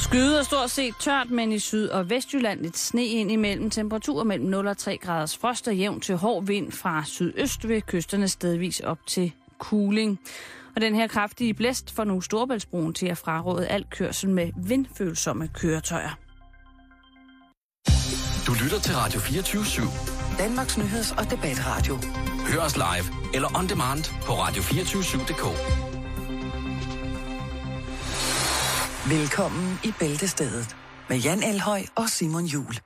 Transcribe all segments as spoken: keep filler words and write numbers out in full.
Skyet er stort set tørt, men i Syd- og Vestjylland lidt sne ind imellem. Temperaturer mellem nul og tre graders frost og jævn til hård vind fra sydøst ved kysterne stedvis op til kuling. Og den her kraftige blæst får nu Storebæltsbroen til at fraråde al kørsel med vindfølsomme køretøjer. Du lytter til Radio fireogtyve syv. Danmarks nyheds- og debatradio. Hør os live eller on demand på radio to fire syv punktum d k. Velkommen i Bæltestedet med Jan Elhøj og Simon Juhl.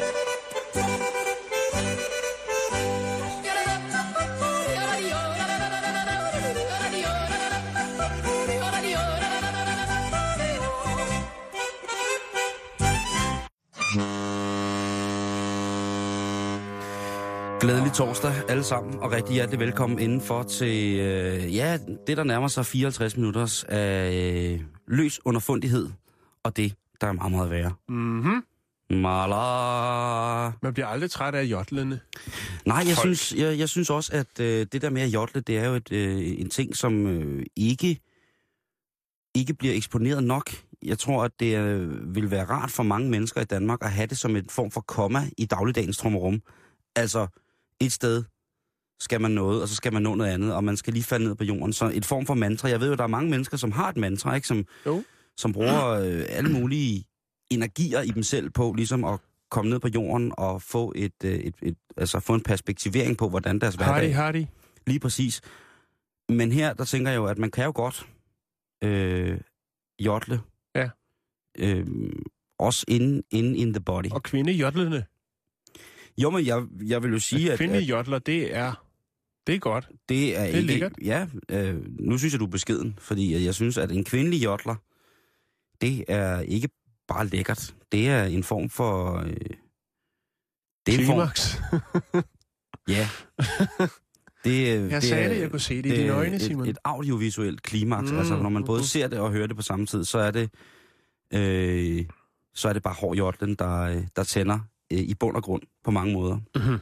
Glædelig torsdag alle sammen, og rigtig hjertelig velkommen indenfor til, øh, ja, det der nærmer sig fireoghalvtreds minutters af øh, løs underfundighed, og det, der er meget, meget værre. Mhm. Mala. Man bliver aldrig træt af jotlende. Nej, jeg Folk. synes, jeg, jeg synes også, at øh, det der med at jotle, det er jo et, øh, en ting, som øh, ikke, ikke bliver eksponeret nok. Jeg tror, at det øh, vil være rart for mange mennesker i Danmark at have det som en form for komma i dagligdagens trummerum. Altså, et sted skal man noget, og så skal man nå noget andet, og man skal lige falde ned på jorden. Så et form for mantra. Jeg ved jo, der er mange mennesker, som har et mantra, ikke? Som, som bruger øh, alle mulige energier i dem selv på, ligesom at komme ned på jorden og få et, øh, et, et altså få en perspektivering på, hvordan deres hverdag... Hardy, hardy. Lige præcis. Men her, der tænker jeg jo, at man kan jo godt øh, jotle. Ja. Øh, også inde, inde in the body. Og kvindejotlende. Jo, men jeg, jeg vil jo sige, at... Kvindejotler, det er... Det er godt. Det er, det er ikke... lækkert. Ja, øh, nu synes jeg, du er beskeden, fordi jeg synes, at en kvindelig jotler, det er ikke bare lækkert. Det er en form for... Øh, det er Klimaks. Form, ja. Det, jeg det sagde er, det, jeg kunne se det, det i dine øjne, Simon. Et, et audiovisuelt klimaks. Mm, altså, når man både mm. ser det og hører det på samme tid, så er det, øh, så er det bare hård jotlen, der, der tænder øh, i bund og grund på mange måder. Mm-hmm.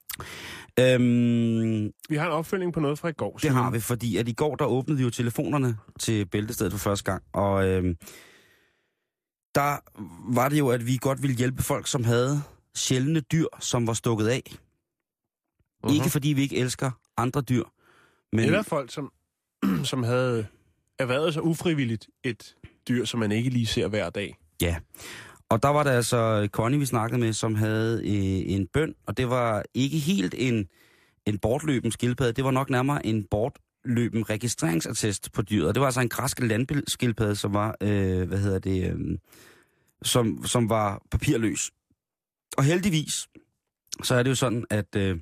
Øhm, vi har en opfølgning på noget fra i går. Det har vi, fordi at i går, der åbnede vi jo telefonerne til Bæltestedet for første gang, og øhm, der var det jo, at vi godt ville hjælpe folk, som havde sjældne dyr, som var stukket af. Uh-huh. Ikke fordi vi ikke elsker andre dyr, men... Eller folk, som, som havde erhvervet sig ufrivilligt et dyr, som man ikke lige ser hver dag. Ja, og der var der altså Connie, vi snakkede med, som havde øh, en bøn, og det var ikke helt en, en bortløben skildpadde, det var nok nærmere en bortløben registreringsattest på dyret. Det var altså en græsk landskildpadde, som var, øh, hvad hedder det, øh, som, som var papirløs. Og heldigvis, så er det jo sådan, at øh,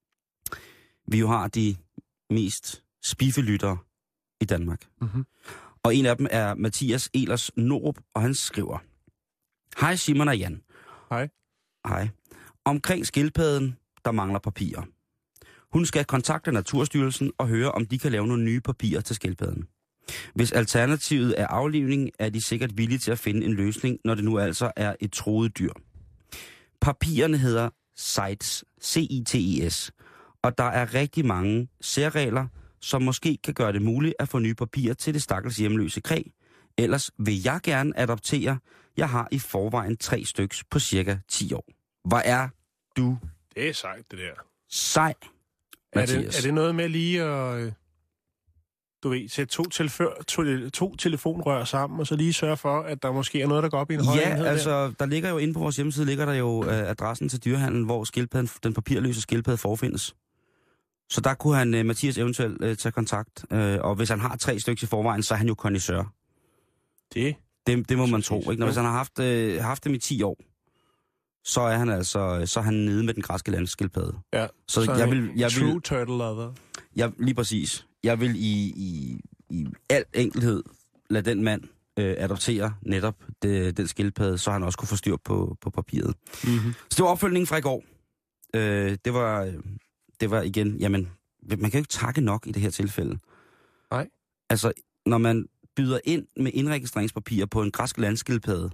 vi jo har de mest spiffe lyttere i Danmark. Mm-hmm. Og en af dem er Mathias Elers Norup, og han skriver: Hej Simon og Jan. Hej. Hej. Omkring skildpadden, der mangler papirer. Hun skal kontakte Naturstyrelsen og høre, om de kan lave nogle nye papirer til skildpadden. Hvis alternativet er aflivning, er de sikkert villige til at finde en løsning, når det nu altså er et truet dyr. Papirerne hedder C I T E S, C I T E S, og der er rigtig mange særregler, som måske kan gøre det muligt at få nye papirer til det stakkels hjemløse kræ. Ellers vil jeg gerne adoptere. Jeg har i forvejen tre styks på cirka ti år. Hvor er du? Det er sejt, det der. Sej, Mathias. Er Mathias. det, er det noget med lige at, du ved, sætte to, telefør, to, to telefonrør sammen, og så lige sørge for, at der måske er noget, der går op i en høj Ja, enhed altså, der? der ligger jo inde på vores hjemmeside, ligger der jo øh, adressen til dyrehandlen, hvor skildpadden, den papirløse skildpadde forfindes. Så der kunne han, øh, Mathias, eventuelt øh, tage kontakt. Øh, og hvis han har tre stykker i forvejen, så er han jo kondisør. Det? Det, det må man tro, ikke? Når hvis han har haft, øh, haft dem i ti år, så er han altså så er han nede med den græske landskildpadde. Ja, så, så jeg vil, jeg true vil, turtle lover. Jeg, lige præcis. Jeg vil i, i, i alt enkelhed lade den mand øh, adoptere netop det, den skildpadde, så han også kunne få styr på, på papiret. Mm-hmm. Så det var opfølgningen fra i går. Øh, det var... Det var igen, jamen, man kan jo ikke takke nok i det her tilfælde. Nej. Altså, når man byder ind med indregistreringspapirer på en græsk landskildpadde,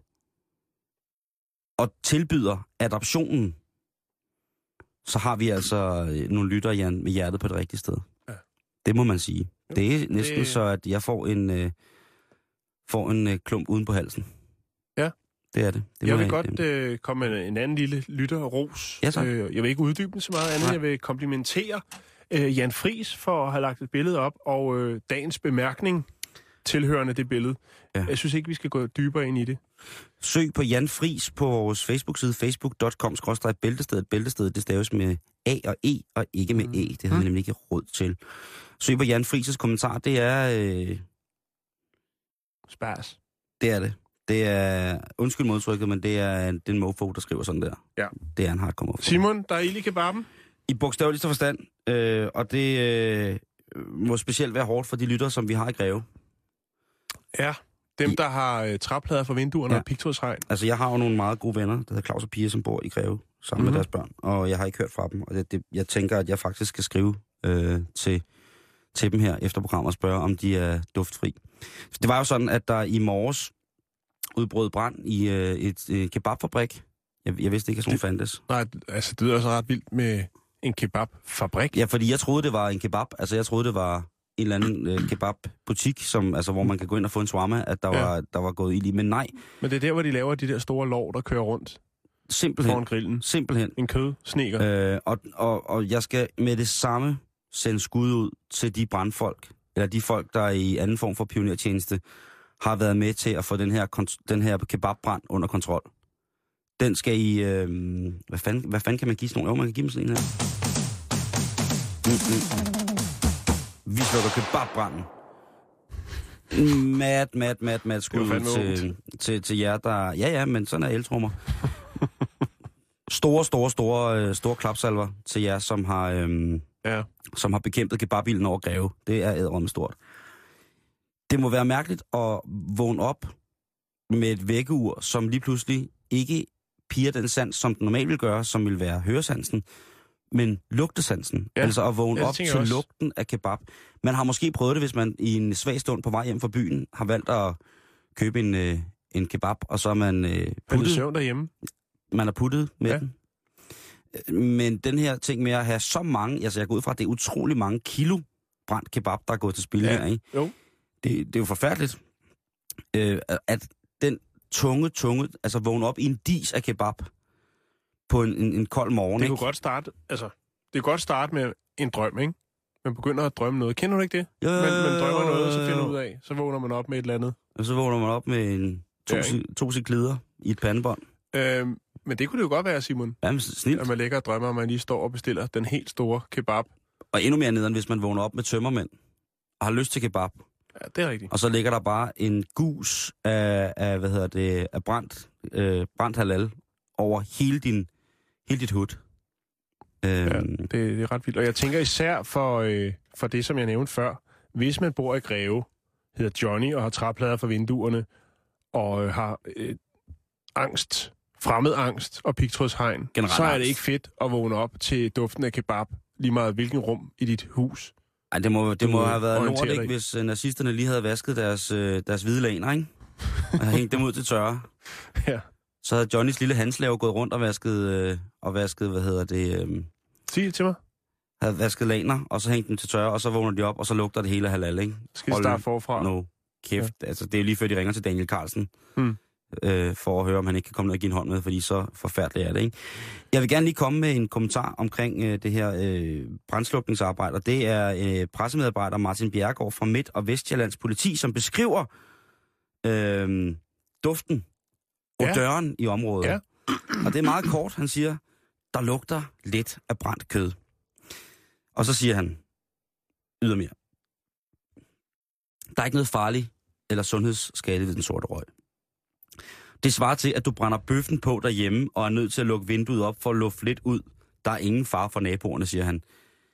og tilbyder adoptionen, så har vi altså nogle lytter, Jan, med hjertet på det rigtige sted. Ja. Det må man sige. Jo, det er næsten det... så, at jeg får en, øh, får en øh, klump uden på halsen. Ja. Det er det. det jeg vil jeg, godt det. øh, komme med en anden lille lytter-ros. Ja, tak. øh, jeg vil ikke uddybe den så meget andet. Nej. Jeg vil komplimentere øh, Jan Friis for at have lagt et billede op, og øh, dagens bemærkning tilhørende det billede. Ja. Jeg synes ikke, vi skal gå dybere ind i det. Søg på Jan Friis på vores Facebook-side, facebook punktum com skråstreg bæltestedet. Bæltestedet, det staves med A og E, og ikke med E. Det havde jeg nemlig ikke råd til. Søg på Jan Friis' kommentar. Det er... Øh, Spærs. det er det. Det er... Undskyld modtrykket, men det er den mofo, der skriver sådan der. Ja. Det er en hardcore mofo. Simon, der er ild i kebaben. I bogstaveligste forstand. Øh, og det øh, må specielt være hårdt for de lyttere, som vi har i Greve. Ja, dem, der har øh, træplader for vinduerne ja. og pigtrådshegn. Altså, jeg har jo nogle meget gode venner, der hedder Claus og Pia, som bor i Greve sammen mm-hmm. med deres børn. Og jeg har ikke hørt fra dem. Og det, det, jeg tænker, at jeg faktisk skal skrive øh, til, til dem her efter programmet og spørge, om de er duftfri. Så det var jo sådan, at der i morges udbrød brand i øh, et øh, kebabfabrik. Jeg, jeg vidste ikke, at sådan det, fandtes. Nej, altså det er også ret vildt med en kebabfabrik. Ja, fordi jeg troede, det var en kebab. Altså, jeg troede, det var en eller anden øh, kebabbutik, som, altså, hvor man kan gå ind og få en shawarma, at der, ja. var, der var gået ild i. Men nej. Men det er der, hvor de laver de der store lår, der kører rundt. Simpelthen. Foran grillen. Simpelthen. En kødsneker. Øh, og, og, og jeg skal med det samme sende skud ud til de brandfolk, eller de folk, der i anden form for pionertjeneste, har været med til at få den her, den her kebabbrand under kontrol. Den skal i... Øh, hvad, fanden, hvad fanden kan man give sådan nogle? Jo, man kan give dem sådan en her. Mm-hmm. Vi slukker kebabbranden. Mad, mad, mad, mad skud til, til, til jer, der... Ja, ja, men sådan er eltrummer. Store, store, store, store klapsalver til jer, som har, øhm, ja. som har bekæmpet kebabilden over Greve. Det er ædrømme stort. Det må være mærkeligt at vågne op med et vækkeur, som lige pludselig ikke piger den sans, som den normalt vil gøre, som vil være høresansen, men lugtesansen. Ja. Altså at vågne op til også. Lugten af kebab. Man har måske prøvet det, hvis man i en svag stund på vej hjem fra byen har valgt at købe en, øh, en kebab, og så er man øh, puttet... søvn derhjemme. Man er puttet med ja. den. Men den her ting med at have så mange, altså jeg går ud fra, at det er utrolig mange kilo brændt kebab, der er gået til spil ja. her, ikke? Jo. Det, det er jo forfærdeligt, øh, at den tunge, tunge, altså vågne op i en dis af kebab på en, en, en kold morgen, det ikke? kunne godt starte, altså, det kunne godt starte med en drøm, ikke? Man begynder at drømme noget. Kender du ikke det? Jo, men man drømmer noget, så finder ud af, så vågner man op med et eller andet. Og så vågner man op med en to, ja, to ciklider i et pandebånd. Øhm, men det kunne det jo godt være, Simon. Jamen, snilt. At man ligger og drømmer, at man lige står og bestiller den helt store kebab. Og endnu mere nederen, hvis man vågner op med tømmermænd og har lyst til kebab. Ja, det er rigtigt. Og så ligger der bare en gus af, af hvad hedder det, af brændt, øh, brændt halal over hele, din, hele dit hud. Ja, det, det er ret vildt. Og jeg tænker især for, øh, for det, som jeg nævnte før. Hvis man bor i Greve, hedder Johnny og har træplader for vinduerne, og øh, har øh, angst, fremmed angst og pigtrådshegn, så er det ikke fedt at vågne op til duften af kebab, lige meget hvilken rum i dit hus. Ej, det må, det må have været lort, ikke, hvis uh, nazisterne lige havde vasket deres, uh, deres hvide laner, ikke? Og hængt dem ud til tørre. Ja. Så havde Johnnys lille handslave gået rundt og vasket, uh, og vasket, hvad hedder det... Um, Sig det til mig. Havde vasket laner, og så hængt dem til tørre, og så vågner de op, og så lugter det hele halal, ikke? Skal vi starte forfra? No, kæft. Ja. Altså, det er jo lige før, de ringer til Daniel Carlsen. Hmm. Øh, for at høre, om han ikke kan komme ned og give en hånd med, fordi så forfærdeligt er det, ikke? Jeg vil gerne lige komme med en kommentar omkring øh, det her øh, brandslukningsarbejde, og det er øh, pressemedarbejder Martin Bjerregaard fra Midt- og Vestjyllands politi, som beskriver øh, duften og ja. døren i området. Ja. Og det er meget kort, han siger, der lugter lidt af brændt kød. Og så siger han ydermere, der er ikke noget farligt eller sundhedsskadeligt ved den sorte røg. Det svarer til, at du brænder bøffen på derhjemme og er nødt til at lukke vinduet op for at lufte lidt ud. Der er ingen fare for naboerne, siger han.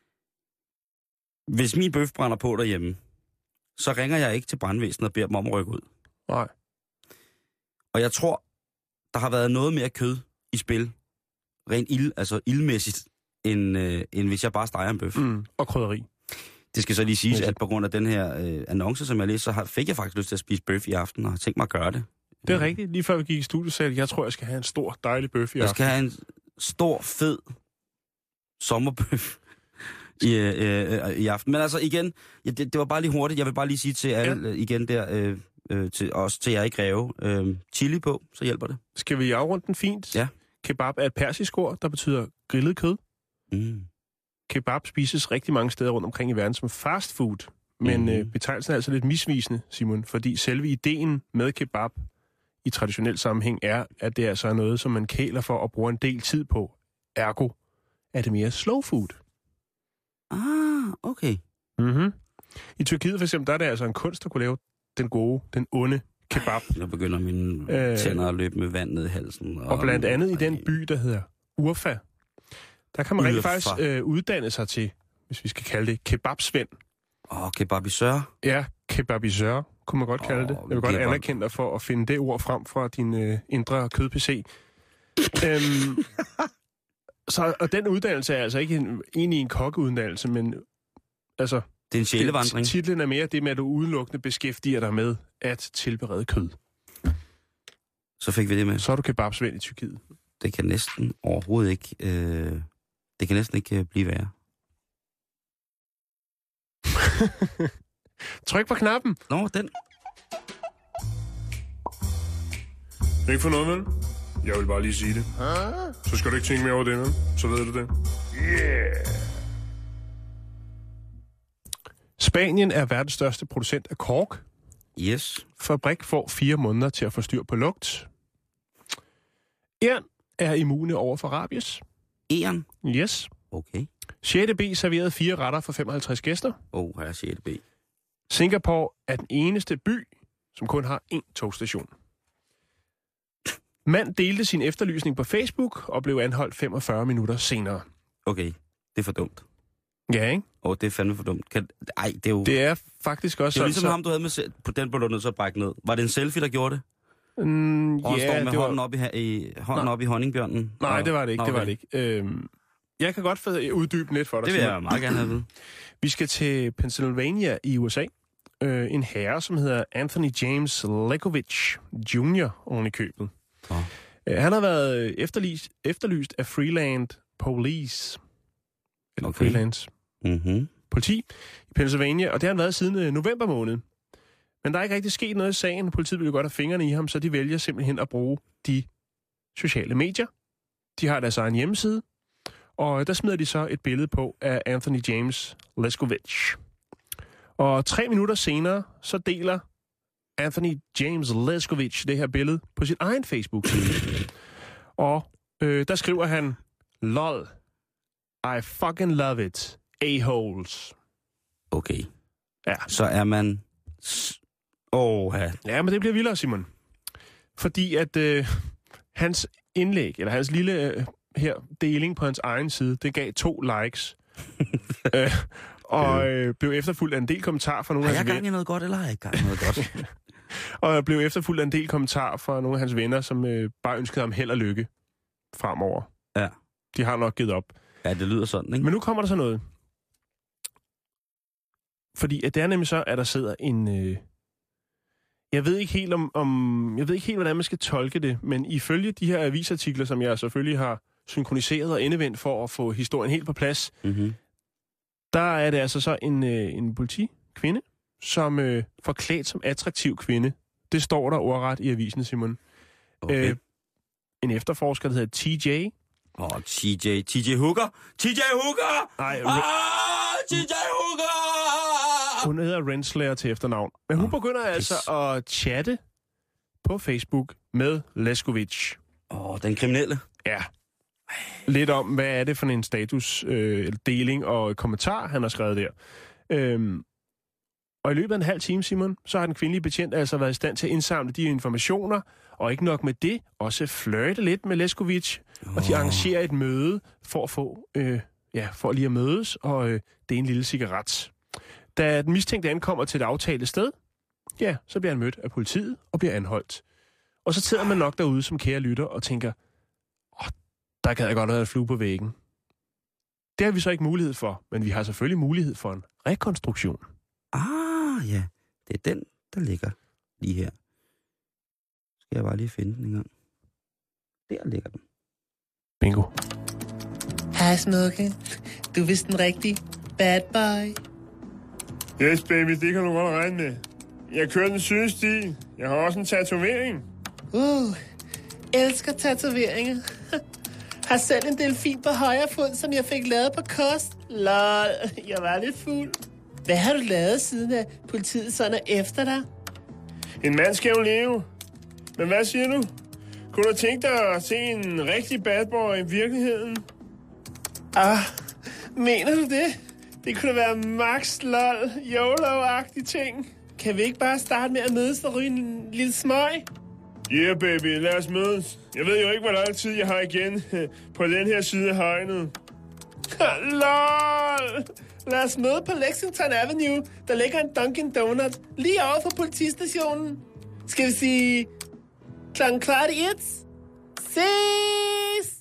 Hvis min bøf brænder på derhjemme, så ringer jeg ikke til brandvæsenet og beder dem om at rykke ud. Nej. Og jeg tror, der har været noget mere kød i spil, rent ild, altså ildmæssigt, end, øh, end hvis jeg bare steger en bøf. Mm, og krydderi. Det skal så lige siges, at på grund af den her øh, annonce, som jeg læste, så har, fik jeg faktisk lyst til at spise bøf i aften, og har tænkt mig at gøre det. Det er rigtigt. Lige før vi gik i studiet, sagde jeg, jeg tror, jeg skal have en stor, dejlig bøf i aften. Jeg skal have en stor, fed sommerbøf i, øh, øh, i aften. Men altså igen, ja, det, det var bare lige hurtigt. Jeg vil bare lige sige til alle ja. igen der, øh, øh, til, også til jer i Greve, øh, chili på, så hjælper det. Skal vi afrunde den fint? Ja. Kebab er et persisk ord, der betyder grillet kød. Mm. Kebab spises rigtig mange steder rundt omkring i verden som fast food. Men mm. øh, betegnelsen er altså lidt misvisende, Simon, fordi selve ideen med kebab i traditionel sammenhæng er, at det altså er noget, som man kæler for og bruger en del tid på. Ergo er det mere slow food. Ah, okay. Mm-hmm. I Tyrkiet for eksempel, der er det altså en kunst at kunne lave den gode, den onde kebab. Ej, nu begynder mine øh, tænder at løbe med vand ned i halsen. Og, og blandt andet i den by, der hedder Urfa, der kan man rigtig Urfa. faktisk øh, uddanne sig til, hvis vi skal kalde det, kebabsvend. Åh, oh, kebabisør. Ja, kebabisør, kunne man godt kalde oh, det. Jeg vil godt anerkende dig for at finde det ord frem fra din øh, indre kød-P C. øhm, så, og den uddannelse er altså ikke en, egentlig en kokkeuddannelse, men altså... Det er en sjælevandring. Titlen er mere det med, at du udelukkende beskæftiger dig med at tilberede kød. Så fik vi det med. Så er du kebabsvend i Tyrkiet. Det kan næsten overhovedet ikke... Øh, det kan næsten ikke blive værre. Tryk på knappen. Nå, den. Ikke for noget, vel? Jeg vil bare lige sige det. Så skal du ikke tænke mere over det, vel? Så ved du det. Yeah! Spanien er verdens største producent af kork. Yes. Fabrik får fire måneder til at få styr på lugt. Ern er immune over for rabies. Ern? Yes. Okay. sjette B serverede fire retter for femoghalvtreds gæster. Åh, oh, her er sjette B. Singapore er den eneste by, som kun har én togstation. Mand delte sin efterlysning på Facebook og blev anholdt femogfyrre minutter senere. Okay, det er for dumt. Ja, ikke? Åh, oh, det er fandme for dumt. Kan... Ej, det er jo... Det er faktisk også... Det er ligesom så... ham, du havde med se... på den, blev du nødt til at brække ned. Var det en selfie, der gjorde det? Mm, og han ja, står med det hånden, var... op i, i, hånden op i honningbjørnen? Nej, og... det var det ikke, Nå, det var okay. det ikke. Øhm, jeg kan godt uddybe lidt for dig. Det vil jeg meget gerne have ved. Vi skal til Pennsylvania i U S A. Øh, en herre, som hedder Anthony James Lekovich junior oven i købet. Oh. Øh, han har været efterlyst, efterlyst af Freeland Police. Eller okay. Freelance mm-hmm. politi i Pennsylvania, og det har han været siden november måned. Men der er ikke rigtig sket noget i sagen. Politiet vil jo godt have fingrene i ham, så de vælger simpelthen at bruge de sociale medier. De har deres egen hjemmeside, og der smider de så et billede på af Anthony James Lekovich. Og tre minutter senere, så deler Anthony James Lekovich det her billede på sin egen Facebook-side. Og øh, der skriver han, lol, I fucking love it, a-holes. Okay. Ja. Så er man... Åh, ja. Ja, men det bliver vildere, Simon. Fordi at øh, hans indlæg, eller hans lille øh, her deling på hans egen side, det gav to likes. øh, og øh, blev efterfulgt af en del kommentarer fra nogle af hans venner. Har jeg gang i noget godt, eller har jeg ikke gang i noget godt? Og blev efterfulgt af en del kommentarer fra nogle af hans venner, som øh, bare ønskede ham held og lykke fremover. Ja. De har nok givet op. Ja, det lyder sådan, ikke? Men nu kommer der så noget. Fordi at det er nemlig så, at der sidder en... Øh, jeg ved ikke helt om, om... Jeg ved ikke helt, hvordan man skal tolke det, men ifølge de her avisartikler, som jeg selvfølgelig har synkroniseret og endevendt for at få historien helt på plads, mm-hmm. der er det altså så en, øh, en politikvinde, som øh, forklædt som attraktiv kvinde. Det står der ordret i avisen, Simon. Okay. Øh, en efterforsker, der hedder T J. Åh, oh, T J. T J Hooker! T J Hooker! Nej, ah, T J Hooker! Hun hedder Renslayer til efternavn. Men hun oh, begynder pis. altså at chatte på Facebook med Lekovich. Åh, oh, den kriminelle. Ja. Lidt om, hvad er det for en status, øh, deling og kommentar, han har skrevet der. Øhm, og i løbet af en halv time, Simon, så har den kvindelige betjent altså været i stand til at indsamle de informationer, og ikke nok med det, også flirte lidt med Lekovich, oh. og de arrangerer et møde for at få, øh, ja, for lige at mødes, og øh, det er en lille cigaret. Da den mistænkte ankommer til det aftalte sted, ja, så bliver han mødt af politiet og bliver anholdt. Og så sidder man nok derude som kære lytter og tænker, åh, der kan jeg godt have et flue på væggen. Det har vi så ikke mulighed for, men vi har selvfølgelig mulighed for en rekonstruktion. Ah, ja. Det er den, der ligger lige her. Skal jeg bare lige finde den en gang. Der ligger den. Bingo. Hej, smukke. Du er vist den rigtige bad boy. Yes, baby, det kan du godt regne med. Jeg kører den sydsti. Jeg har også en tatovering. Uh, elsker tatoveringer. Har selv en delfin på højre fod, som jeg fik lavet på kost. Lol, jeg var lidt fuld. Hvad har du lavet, siden at politiet sådan er efter dig? En mand skal jo leve. Men hvad siger du? Kunne du tænke dig at se en rigtig bad boy i virkeligheden? Ah, mener du det? Det kunne være max lol, YOLO-agtig ting. Kan vi ikke bare starte med at mødes og ryge en lille smøg? Yeah, baby, lad os mødes. Jeg ved jo ikke, hvor lang tid jeg har igen på den her side af hegnet. Lol! Lad os møde på Lexington Avenue. Der ligger en Dunkin' Donut lige over for politistationen. Skal vi sige klokken kvart i et? Ses!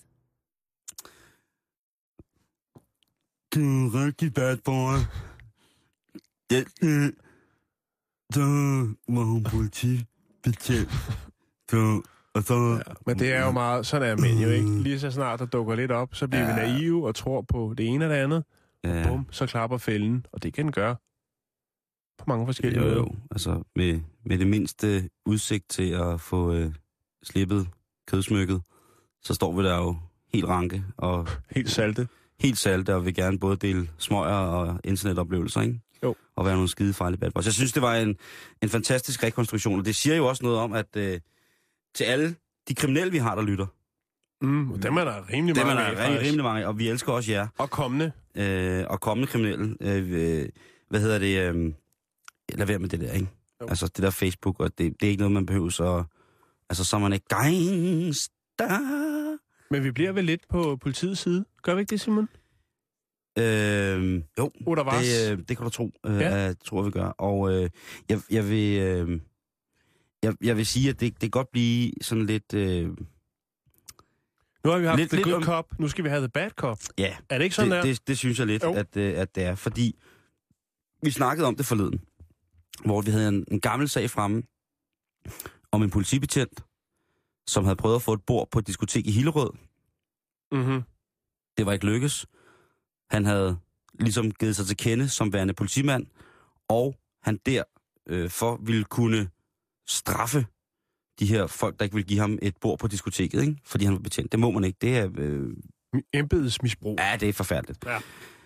Du er rigtig bad boy. Ja, øh, så var hun politibetjent. Så, og så... Ja, men det er jo meget... Sådan er mænd jo ikke. Lige så snart der dukker lidt op, så bliver ja. vi naive og tror på det ene og det andet. Ja. Bum, så klapper fælden. Og det kan den gøre. På mange forskellige måder. Jo, jo. Altså med, med det mindste udsigt til at få øh, slippet kødsmykket, så står vi der jo helt ranke og... Helt salte. Helt salte, og vil gerne både dele smøger og internetoplevelser, ikke? Jo. Og være nogle skide farlige bad boys. Jeg synes, det var en, en fantastisk rekonstruktion, og det siger jo også noget om, at øh, til alle de kriminelle, vi har, der lytter. Mm, og dem er der rimelig dem mange af. Dem er der rimelig, rimelig mange, og vi elsker også jer. Og kommende. Øh, og kommende kriminelle. Øh, hvad hedder det? Øh, lad være med det der, ikke? Jo. Altså, det der Facebook, og det, det er ikke noget, man behøver, så... Altså, så er man ikke gangster... Men vi bliver vel lidt på politiets side. Gør vi ikke det, Simon? Øh, jo, det, øh, det kan du tro, øh, ja. jeg tror, vi gør. Og øh, jeg, jeg, vil, øh, jeg, jeg vil sige, at det, det kan godt blive sådan lidt... Øh, nu har vi haft lidt, the lidt good om, cop, nu skal vi have the bad cop. Ja, er det ikke sådan, det, der? Det, det synes jeg lidt, at, at det er. Fordi vi snakkede om det forleden, hvor vi havde en, en gammel sag fremme om en politibetjent, som havde prøvet at få et bord på et diskotek i Hillerød. Mm-hmm. Det var ikke lykkes. Han havde ligesom givet sig til kende som værende politimand, og han derfor øh, ville kunne straffe de her folk, der ikke ville give ham et bord på diskoteket, ikke? Fordi han var betjent. Det må man ikke. Det er... Øh... Embedsmisbrug. Ja, det er forfærdeligt. Ja.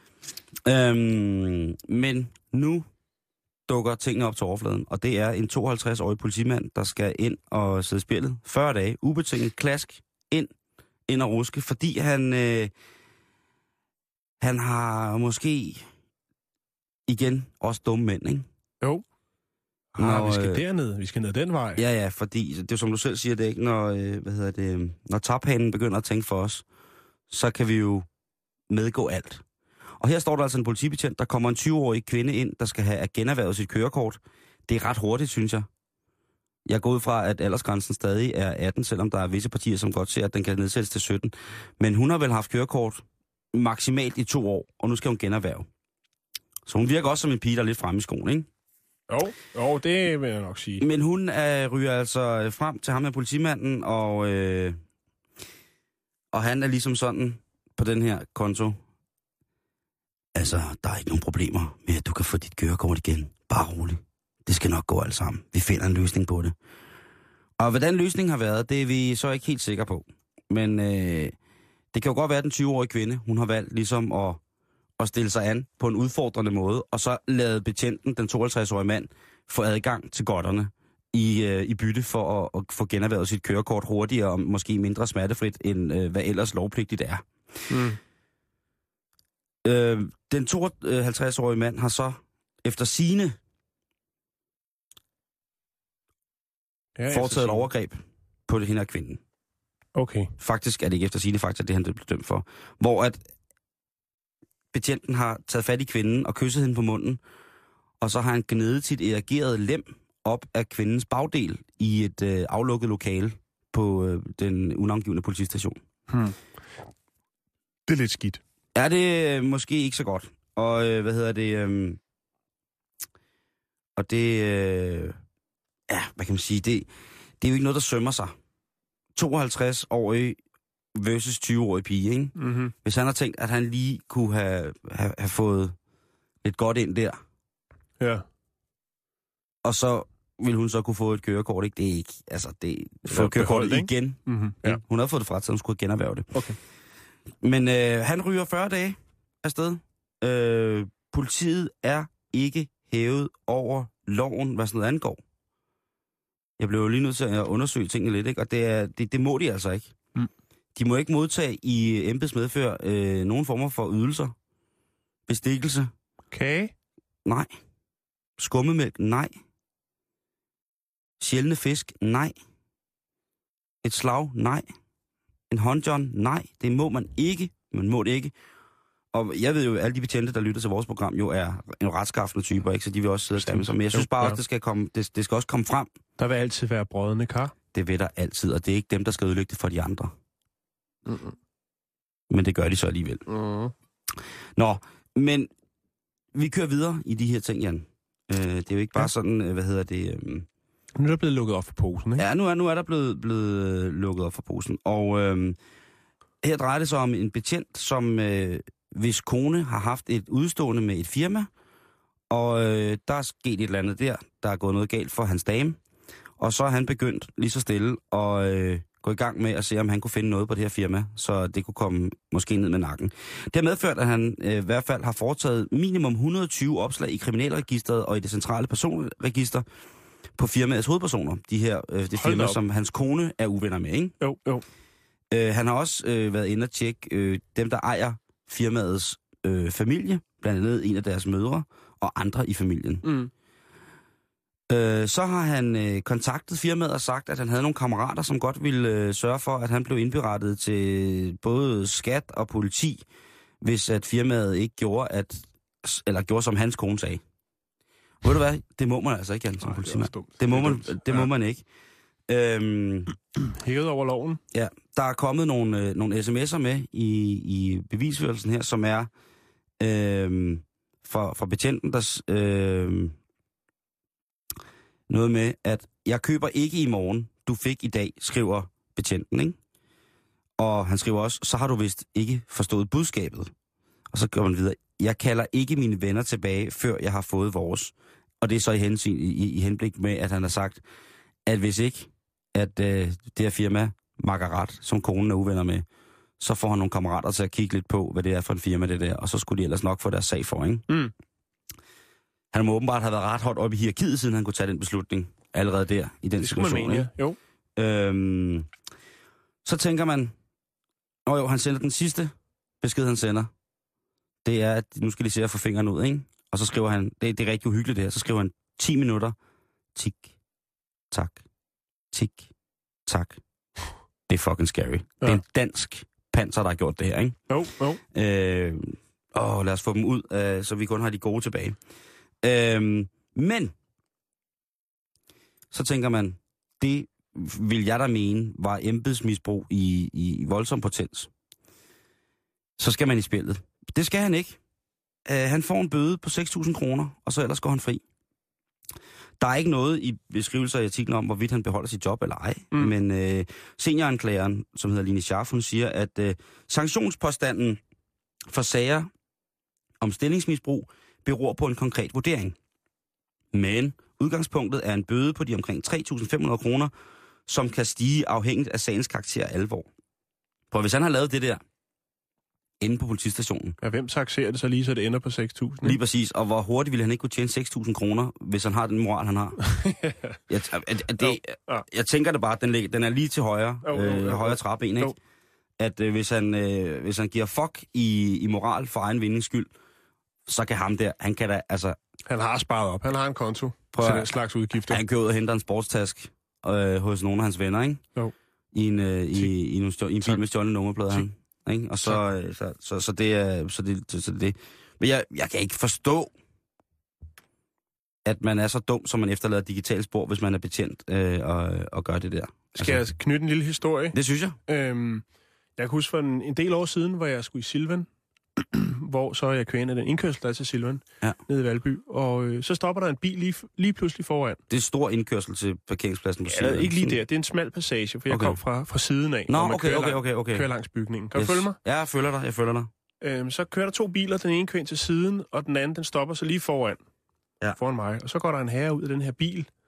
Øhm, men nu dukker tingene op til overfladen, og det er en tooghalvtreds-årig politimand, der skal ind og sidde i spillet fyrre dage, ubetinget klask, ind, ind og ruske, fordi han, øh, han har måske igen også dumme mænd, ikke? Jo. Ah, når, vi skal derned, vi skal ned den vej. Ja, ja, fordi det er som du selv siger, det er ikke, når, øh, hvad hedder det, når taphanen begynder at tænke for os, så kan vi jo medgå alt. Og her står der altså en politibetjent, der kommer en tyve-årig kvinde ind, der skal have generhvervet sit kørekort. Det er ret hurtigt, synes jeg. Jeg går ud fra, at aldersgrænsen stadig er atten, selvom der er visse partier, som godt ser, at den kan nedsættes til sytten. Men hun har vel haft kørekort maksimalt i to år, og nu skal hun generhverve. Så hun virker også som en pige, der er lidt fremme i skoen, ikke? Jo, jo, det vil jeg nok sige. Men hun øh, ryger altså frem til ham med politimanden, og, øh, og han er ligesom sådan på den her konto. Altså, der er ikke nogen problemer med, at du kan få dit kørekort igen. Bare roligt. Det skal nok gå alt sammen. Vi finder en løsning på det. Og hvad den løsning har været, det er vi så ikke helt sikre på. Men øh, det kan jo godt være, at den tyve-årige kvinde, hun har valgt ligesom at, at stille sig an på en udfordrende måde, og så lade betjenten, den tooghalvtreds-årige mand, få adgang til godterne i, øh, i bytte for at, at få generhvervet sit kørekort hurtigere og måske mindre smertefrit, end øh, hvad ellers lovpligtigt er. Mm. Øh, den tooghalvtreds-årige mand har så efter sigende ja, foretaget et overgreb på det hende af kvinden. Okay. Faktisk er det ikke efter sigende, faktisk det han blev dømt for. Hvor at betjenten har taget fat i kvinden og kysset hende på munden, og så har han gnedet sit erigerede lem op af kvindens bagdel i et øh, aflukket lokale på øh, den unavngivne politistation. Hmm. Det er lidt skidt. Er det øh, måske ikke så godt. Og øh, hvad hedder det? Øh, og det... Øh, ja, hvad kan man sige? Det, det er jo ikke noget, der sømmer sig. tooghalvtreds-årig versus tyve-årig pige, ikke? Mm-hmm. Hvis han har tænkt, at han lige kunne have, have, have fået lidt godt ind der. Ja. Og så vil hun så kunne få et kørekort, ikke? Det er ikke, altså, det få Ja, kørekortet beholdt, igen. Mm-hmm. Ja. Ja. Hun havde fået det frataget, hun skulle generhverve det. Okay. Men øh, han ryger fyrre dage afsted. Øh, politiet er ikke hævet over loven, hvad sådan noget angår. Jeg blev jo lige nødt til at undersøge tingene lidt, ikke? Og det, er, det, det må de altså ikke. Mm. De må ikke modtage i embedsmedfør øh, nogen former for ydelser. Bestikkelse. Kage? Nej. Skummemælk? Nej. Sjældne fisk? Nej. Et slag? Nej. En håndjohn? Nej. Det må man ikke. Man må det ikke. Og jeg ved jo, at alle de betjente, der lytter til vores program, jo er en retskaffende typer, ikke? Så de vil også sidde og stemme sig. Men jeg synes bare også, det skal, komme, det, det skal også komme frem. Der vil altid være brødende kar. Det vil der altid, og det er ikke dem, der skal ødelægge det for de andre. Mm-mm. Men det gør de så alligevel. Mm. Nå, men vi kører videre i de her ting, Jan. Øh, det er jo ikke bare ja. sådan, hvad hedder det... Øh... Nu er der blevet lukket op for posen, ikke? Ja, nu er, nu er der blevet, blevet lukket op for posen. Og øh, her drejer det sig om en betjent, som øh, hvis kone har haft et udstående med et firma, og øh, der er sket et eller andet der, der er gået noget galt for hans dame, og så er han begyndt lige så stille at øh, gå i gang med at se, om han kunne finde noget på det her firma, så det kunne komme måske ned med nakken. Det har medført, at han øh, i hvert fald har foretaget minimum et hundrede og tyve opslag i kriminalregisteret og i det centrale personregister på firmaets hovedpersoner. De her, øh, det firma, som hans kone er uvenner med, ikke? Jo, jo. Øh, han har også øh, været inde og tjekke øh, dem, der ejer firmaets øh, familie, blandt andet en af deres mødre og andre i familien. Mm. Øh, så har han øh, kontaktet firmaet og sagt, at han havde nogle kammerater, som godt ville øh, sørge for, at han blev indberettet til både skat og politi, hvis at firmaet ikke gjorde, at, eller gjorde som hans kone sagde. Ved du hvad? Det må man altså ikke, Jan, som Nej, politimand. Det, det må man, det det må ja. man ikke. Øhm, Hævet over loven? Ja, der er kommet nogle, øh, nogle sms'er med i, i bevisførelsen her, som er øh, fra, fra betjenten, der øh, noget med, at jeg køber ikke i morgen, du fik i dag, skriver betjenten, ikke? Og han skriver også, så har du vist ikke forstået budskabet. Og så går man videre, jeg kalder ikke mine venner tilbage, før jeg har fået vores. Og det er så i, hensyn, i, i henblik med, at han har sagt, at hvis ikke, at øh, det her firma makker ret, som konen er uvenner med, så får han nogle kammerater til at kigge lidt på, hvad det er for en firma, det der, og så skulle de ellers nok få deres sag for, ikke? Mm. Han må åbenbart have været ret højt oppe i hierarkiet, siden han kunne tage den beslutning allerede der, i den det situation. Man mene, ja. Jo. Øhm, så tænker man, åh jo, han sender den sidste besked, han sender. Det er, at nu skal de se at få fingeren ud, ikke? Og så skriver han, det, det er rigtig uhyggeligt det her, så skriver han ti minutter, tik, tak, tik, tak. Det er fucking scary. Ja. Det er en dansk panser, der har gjort det her, ikke? Jo, jo. Øh, åh, lad os få dem ud, øh, så vi kun har de gode tilbage. Øh, men, så tænker man, det vil jeg da mene, var embedsmisbrug i, i voldsom potens. Så skal man i spillet. Det skal han ikke. Uh, han får en bøde på seks tusind kroner, og så ellers går han fri. Der er ikke noget i beskrivelser i artiklen om, hvorvidt han beholder sit job eller ej. Mm. Men uh, senioranklageren, som hedder Line Scharf, hun siger, at uh, sanktionspåstanden for sager om stillingsmisbrug beror på en konkret vurdering. Men udgangspunktet er en bøde på de omkring tre tusind fem hundrede kroner, som kan stige afhængigt af sagens karakter og alvor. For hvis han har lavet det der inde på politistationen. Ja, hvem taxerer det så lige, så det ender på seks tusind? Lige præcis. Og hvor hurtigt ville han ikke kunne tjene seks tusind kroner, hvis han har den moral, han har? jeg, at, at det, jeg tænker det bare, at den, ligger, den er lige til højre, oh, oh, øh, højre trappen, ikke? Oh. At øh, hvis, han, øh, hvis han giver fuck i, i moral for egen vindings skyld, så kan ham der, han kan da, altså... Han har sparet op. Han har en konto til den slags udgifter. Han kører ud og henter en sportstask øh, hos nogle af hans venner, ikke? Jo. I en, øh, i, i, en, i en bil med stjålne nummerplader, han. Ikke? Og så, så, så, så det er så det, så det. Men jeg, jeg kan ikke forstå, at man er så dum, som man efterlader digitalt spor, hvis man er betjent øh, og, og gør det der. Skal altså, jeg knytte en lille historie? Det synes jeg. Øhm, jeg kan huske for en, en del år siden, hvor jeg skulle i Silvan, hvor så jeg kører ind af den indkørsel, der er til Silvan, ja. Nede i Valby, og øh, så stopper der en bil lige, lige pludselig foran. Det er stor indkørsel til parkeringspladsen på ja, Silvan. Ikke lige der, det er en smal passage, for jeg okay. kom fra, fra siden af, Nå, hvor man okay, kører, okay, lang, okay, okay. kører langs bygningen. Kan yes. du følge mig? Ja, jeg følger dig, jeg følger dig. Øhm, så kører der to biler, den ene kører ind til siden, og den anden, den stopper så lige foran, ja. foran mig. Og så går der en herre ud af den her bil,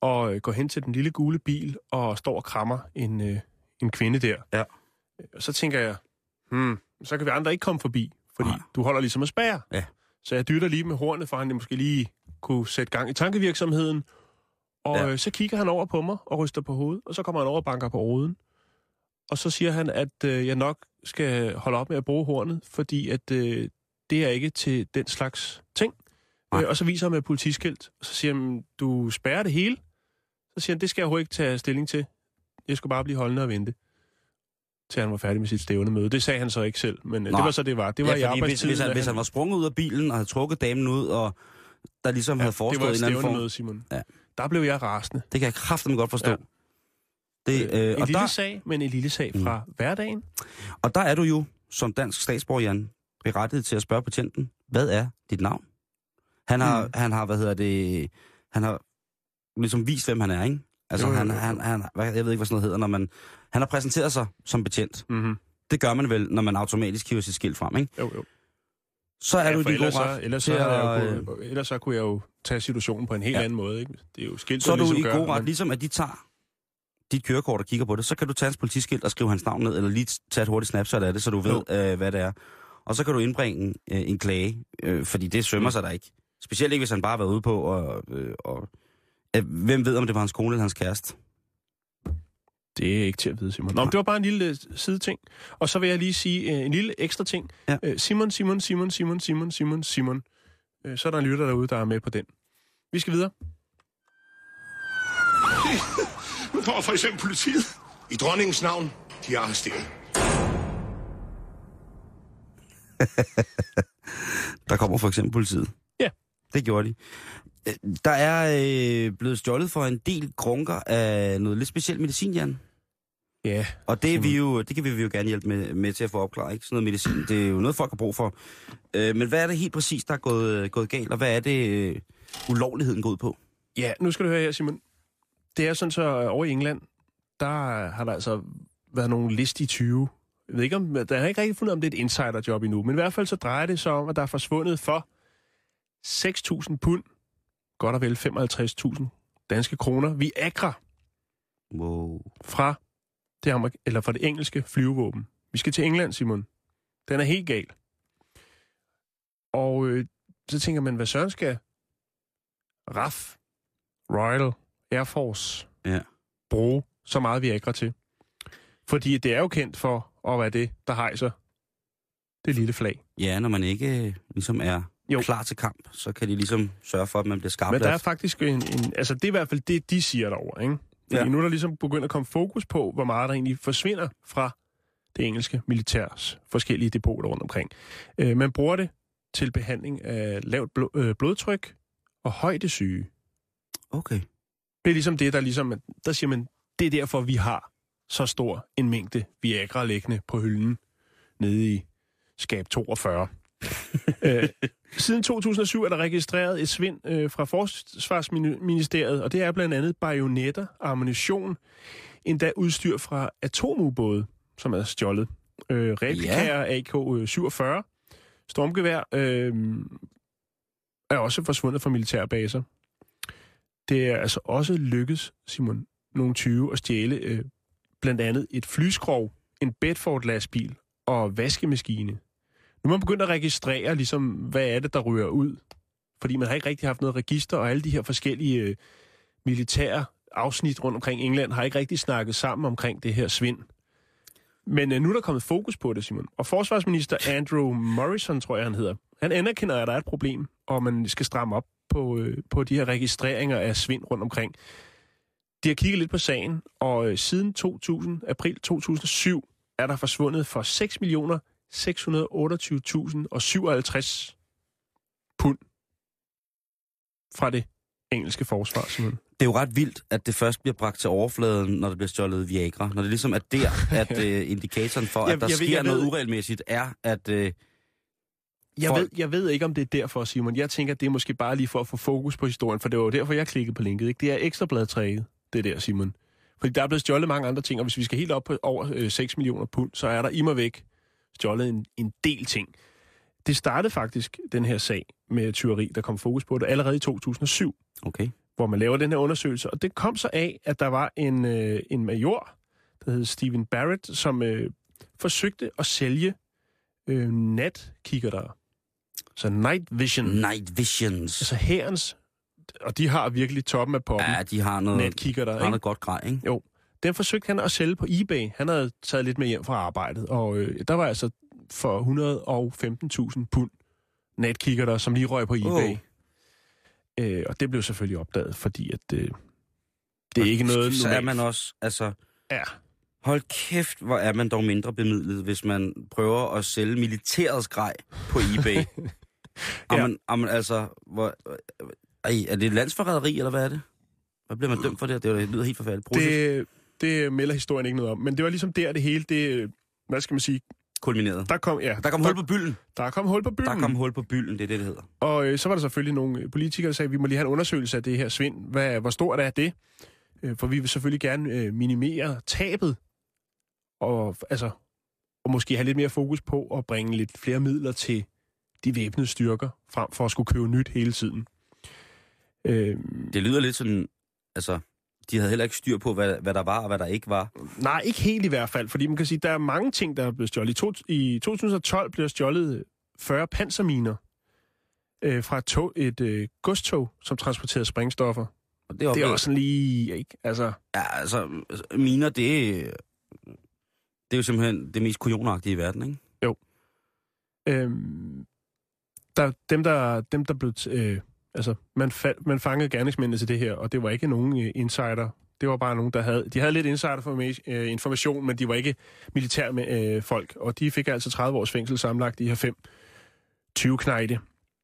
og øh, går hen til den lille gule bil og står og krammer en, øh, en kvinde der. Ja. Og så tænker jeg, hmm, så kan vi andre ikke komme forbi, fordi Nej. du holder ligesom at spærre. Ja. Så jeg dytter lige med hornet, for han måske lige kunne sætte gang i tankevirksomheden. Og ja. øh, så kigger han over på mig og ryster på hovedet, og så kommer han over og banker på ruden. Og så siger han, at øh, jeg nok skal holde op med at bruge hornet, fordi at øh, det er ikke til den slags ting. Øh, og så viser han med politiskilt, og så siger han, du spærrer det hele. Så siger han, det skal jeg jo ikke tage stilling til. Jeg skal bare blive holdende og vente, til han var færdig med sit stævnemøde. Det sagde han så ikke selv, men Nej. det var så det var. Det var ja, i hvis, hvis, han, hvis han var sprunget ud af bilen og havde trukket damen ud, og der ligesom ja, havde forestået en anden form... Simon. Ja. Der blev jeg rasende. Det kan jeg kraftedeme godt forstå. Ja. Det, øh, en og lille der... sag, men en lille sag fra mm. hverdagen. Og der er du jo, som dansk statsborger, Jan, berettiget til at spørge betjenten, hvad er dit navn? Han har, mm. han har hvad hedder det, han har ligesom vist, hvem han er, ikke? Altså, jo, jo, jo. Han, han, han, jeg ved ikke, hvad sådan noget hedder, når man... Han har præsenteret sig som betjent. Mm-hmm. Det gør man vel, når man automatisk hiver sit skilt frem, ikke? Jo, jo. Så er ja, du i din gode ret. Ellers så, at, kunne, ellers så kunne jeg jo tage situationen på en helt ja. anden måde, ikke? Det er jo skilt, så er du ligesom i gør, god ret, men... ligesom at de tager dit kørekort og kigger på det, så kan du tage hans politiskilt og skrive hans navn ned, eller lige tage et hurtigt snapshot af det, så du ved, øh, hvad det er. Og så kan du indbringe øh, en klage, øh, fordi det sømmer mm. sig der ikke. Specielt ikke, hvis han bare har været ude på, og, øh, og øh, hvem ved, om det var hans kone eller hans kæreste? Det er ikke til at vide, Simon. Nå, det var bare en lille side ting. Og så vil jeg lige sige øh, en lille ekstra ting. Ja. Øh, Simon, Simon, Simon, Simon, Simon, Simon, Simon. Øh, så er der en lytter derude, der er med på den. Vi skal videre. Nu får for eksempel politiet. I dronningens navn, de er arresteret. Der kommer for eksempel politiet. Ja. Det gjorde de. Der er øh, blevet stjålet for en del grunker af noget lidt specielt medicin, Jan. Ja. Og det, er vi jo, det kan vi jo gerne hjælpe med, med til at få opklaret, ikke? Sådan noget medicin, det er jo noget, folk har brug for. Øh, men hvad er det helt præcis, der er gået, gået galt, og hvad er det, øh, ulovligheden går ud på? Ja, nu skal du høre her, Simon. Det er sådan så, over i England, der har der altså været nogle listige tyve. Jeg ved ikke, om, der har ikke rigtig fundet, om det er et insiderjob endnu, men i hvert fald så drejer det sig om, at der er forsvundet for seks tusind pund, godt og vel femoghalvtreds tusind danske kroner, Viagra. Wow. Fra det, amerik- eller fra det engelske flyvevåben. Vi skal til England, Simon. Den er helt gal. Og øh, så tænker man, hvad søren skal R A F, Royal Air Force, ja. bruge så meget Viagra til? Fordi det er jo kendt for at være det, der hejser det lille flag. Ja, når man ikke ligesom er jo. klar til kamp, så kan de ligesom sørge for, at man bliver skarpt. Men der er faktisk en, en... Altså, det er i hvert fald det, de siger derovre, ikke? Fordi ja. nu er der ligesom begyndt at komme fokus på, hvor meget der egentlig forsvinder fra det engelske militærs forskellige depoter rundt omkring. Øh, man bruger det til behandling af lavt blod, øh, blodtryk og højdesyge. Okay. Det er ligesom det, der ligesom... Der siger man, det er derfor, vi har så stor en mængde Viagra liggende på hylden nede i skab toogfyrre. øh, siden to tusind og syv er der registreret et svind øh, fra Forsvarsministeriet, og det er blandt andet bajonetter, ammunition, endda udstyr fra atomubåde, som er stjålet. Øh, replikaer A K syvogfyrre, stormgevær, øh, er også forsvundet fra militærbaser. Det er altså også lykkedes, Simon, nogle tyve at stjæle øh, blandt andet et flyskrov, en Bedford-lastbil og vaskemaskine. Nu er man begyndt at registrere, ligesom, hvad er det, der ryger ud. Fordi man har ikke rigtig haft noget register, og alle de her forskellige øh, militære afsnit rundt omkring England har ikke rigtig snakket sammen omkring det her svind. Men øh, nu er der kommet fokus på det, Simon. Og forsvarsminister Andrew Morrison, tror jeg, han hedder, han anerkender, at der er et problem, og man skal stramme op på, øh, på de her registreringer af svind rundt omkring. De har kigget lidt på sagen, og øh, siden to tusind, april to tusind og syv er der forsvundet for seks millioner seks hundrede og otteogtyve tusind og syvoghalvtreds pund fra det engelske forsvar, simpelthen. Det er jo ret vildt, at det først bliver bragt til overfladen, når der bliver stjålet Viagra. Når det ligesom er der, at uh, indikatoren for, jeg, at der jeg, sker jeg noget ved, uregelmæssigt, er, at... Uh, jeg, folk... ved, jeg ved ikke, om det er derfor, Simon. Jeg tænker, det er måske bare lige for at få fokus på historien, for det var jo derfor, jeg klikkede på linket. Ikke? Det er ekstrabladtræet, det der, Simon. Fordi der er blevet stjålet mange andre ting, og hvis vi skal helt op på over øh, seks millioner pund, så er der immer væk stjålet en, en del ting. Det startede faktisk, den her sag med tyveri, der kom fokus på det, allerede i to tusind og syv. Okay. hvor man laver den her undersøgelse. Og det kom så af, at der var en, øh, en major, der hed Stephen Barrett, som øh, forsøgte at sælge øh, natkikkerter. Så night vision. Night visions. Altså hærens, og de har virkelig toppen af poppen. Ja, de har noget, natkikkerter, har ikke? noget godt grej, ikke? Jo. Den forsøgte han at sælge på eBay. Han havde taget lidt med hjem fra arbejdet, og øh, der var altså for et hundrede og femten tusind pund natkikkerter, som lige røg på eBay. Oh. Øh, og det blev selvfølgelig opdaget, fordi at øh, det er ikke noget så normalt. er man også, altså... Ja. Hold kæft, hvor er man dog mindre bemidlet, hvis man prøver at sælge militærets grej på eBay. ja. Amen, amen, altså, hvor, ej, er det et landsforræderi, eller hvad er det? Hvad bliver man dømt for det? Det lyder helt forfærdeligt. Det, det melder historien ikke noget om, men det var ligesom der, det hele, det, hvad skal man sige... Kulmineret. Der kom, ja, der kom der, hul på bylden. Der kom hul på bylden. Der kom hul på bylden, det er det, det hedder. Og øh, så var der selvfølgelig nogle politikere, der sagde, at vi må lige have en undersøgelse af det her svind. Hvad, hvor stort er det? Øh, for vi vil selvfølgelig gerne øh, minimere tabet. Og, altså, og måske have lidt mere fokus på at bringe lidt flere midler til de væbnede styrker, frem for at skulle købe nyt hele tiden. Øh, det lyder lidt sådan, altså... De havde heller ikke styr på, hvad, hvad der var og hvad der ikke var. Nej, ikke helt i hvert fald, fordi man kan sige, at der er mange ting, der er blevet stjålet. I, to, i to tusind og tolv blev der stjålet fyrre panserminer øh, fra et, tog, et øh, godstog, som transporterede sprængstoffer. Og det, det er også sådan lige, ikke? Altså... Ja, altså, miner, det, det er jo simpelthen det mest kujonagtige i verden, ikke? Jo. Øhm, der, dem, der, dem, der blev... Øh, Altså, man, fa- man fangede gerningsmændene til det her, og det var ikke nogen uh, insider. Det var bare nogen, der havde... De havde lidt insider-information, uh, men de var ikke militær med, uh, folk. Og de fik altså tredive års fængsel sammenlagt, de her fem tyve knejte.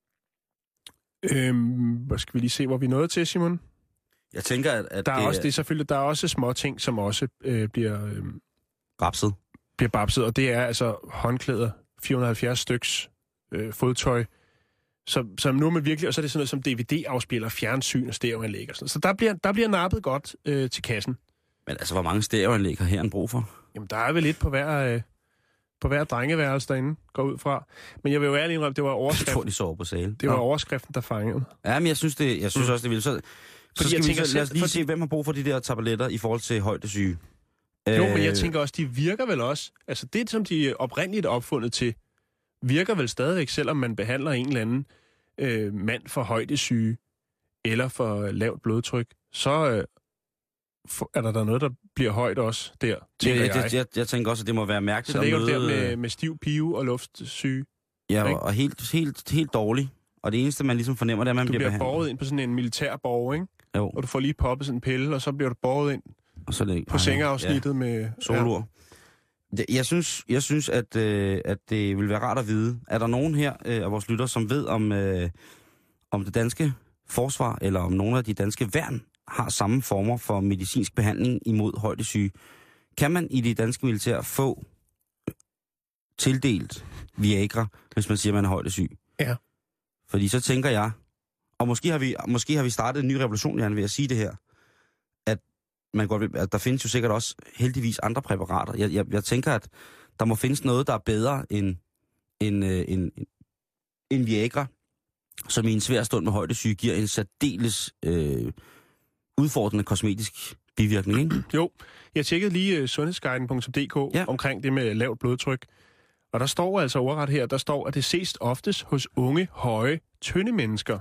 Øhm, hvad skal vi lige se, hvor vi er nået til, Simon? Jeg tænker, at... at der er det også det selvfølgelig, der er også små ting, som også uh, bliver... Uh, babset. Bliver babset, og det er altså håndklæder, fire hundrede og halvfjerds styks, uh, fodtøj, Så, så nu er man virkelig, og så er det sådan noget som D V D-afspiller, fjernsyn og stereoanlæg og sådan noget. Så der bliver, der bliver nappet godt øh, til kassen. Men altså, hvor mange stereoanlæg har herren brug for? Jamen, der er vel lidt på hver, øh, på hver drengeværelse derinde, går ud fra. Men jeg vil jo ærligt indrømme, det var overskriften. Jeg tror, de sover på salen. Det var Nå. overskriften, der fangede. Ja, men jeg synes, det, jeg synes mm. også, det vil. Så, så skal vi tænker, så, lad os lige for... se, hvem har brug for de der tabletter i forhold til højdesyge. Jo, øh... men jeg tænker også, de virker vel også. Altså, det, som de oprindeligt er opfundet til, virker vel stadigvæk, selvom man behandler en eller anden Øh, mand for højdesyge eller for lavt blodtryk, så øh, for, er der der noget, der bliver højt også der, tænker jeg. Jeg, jeg, jeg tænker også, at det må være mærkeligt. Så ligger du der med, med stiv pive og luftsyge. Ja, og, og helt, helt, helt dårlig. Og det eneste, man ligesom fornemmer, det er, at man du bliver behandlet. Du bliver båret ind på sådan en militær borg, ikke? Jo. Og du får lige poppet sådan en pille, og så bliver du båret ind og så det, på sengeafsnittet ja. med... Solur. Ja. Jeg synes, jeg synes at, øh, at det vil være rart at vide. Er der nogen her øh, af vores lytter, som ved om, øh, om det danske forsvar, eller om nogle af de danske værn har samme former for medicinsk behandling imod højdesyge? Kan man i det danske militær få tildelt Viagra, hvis man siger, at man er højdesyg? Ja. Fordi så tænker jeg, og måske har vi, måske har vi startet en ny revolution, Jan, ved at sige det her, at man godt, at der findes jo sikkert også heldigvis andre præparater. Jeg, jeg, jeg tænker, at der må findes noget, der er bedre end, end, øh, end, end Viagra, som i en svær stund med højdesyge giver en særdeles øh, udfordrende kosmetisk bivirkning, ikke? Jo, jeg tjekkede lige uh, sundhedsguiden punktum d k ja. omkring det med lavt blodtryk. Og der står altså ordret her, der står, at det ses oftest hos unge, høje, tynde mennesker.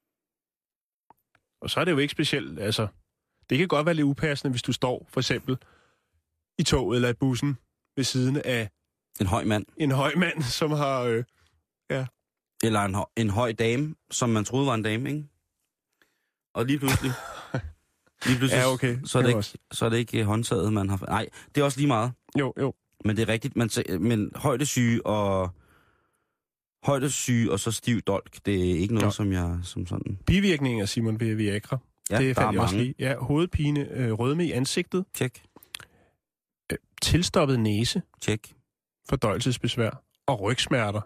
Og så er det jo ikke specielt, altså... Det kan godt være lidt upassende, hvis du står, for eksempel, i toget eller i bussen ved siden af... En høj mand. En høj mand, som har... Øh, ja. Eller en, en høj dame, som man troede var en dame, ikke? Og lige pludselig... lige pludselig ja, okay. Så er det, ikke, så er det ikke håndtaget, man har... Nej, det er også lige meget. Jo, jo. Men det er rigtigt, man, men højdesyge og... Højdesyge og så stiv dolk, det er ikke noget, jo. som jeg... som sådan. Bivirkninger, Simon, ved Viagra. Ja, det der er også lige. Ja, hovedpine, øh, rødme i ansigtet. Tjek. Øh, tilstoppet næse. Tjek. Fordøjelsesbesvær. Og rygsmerter.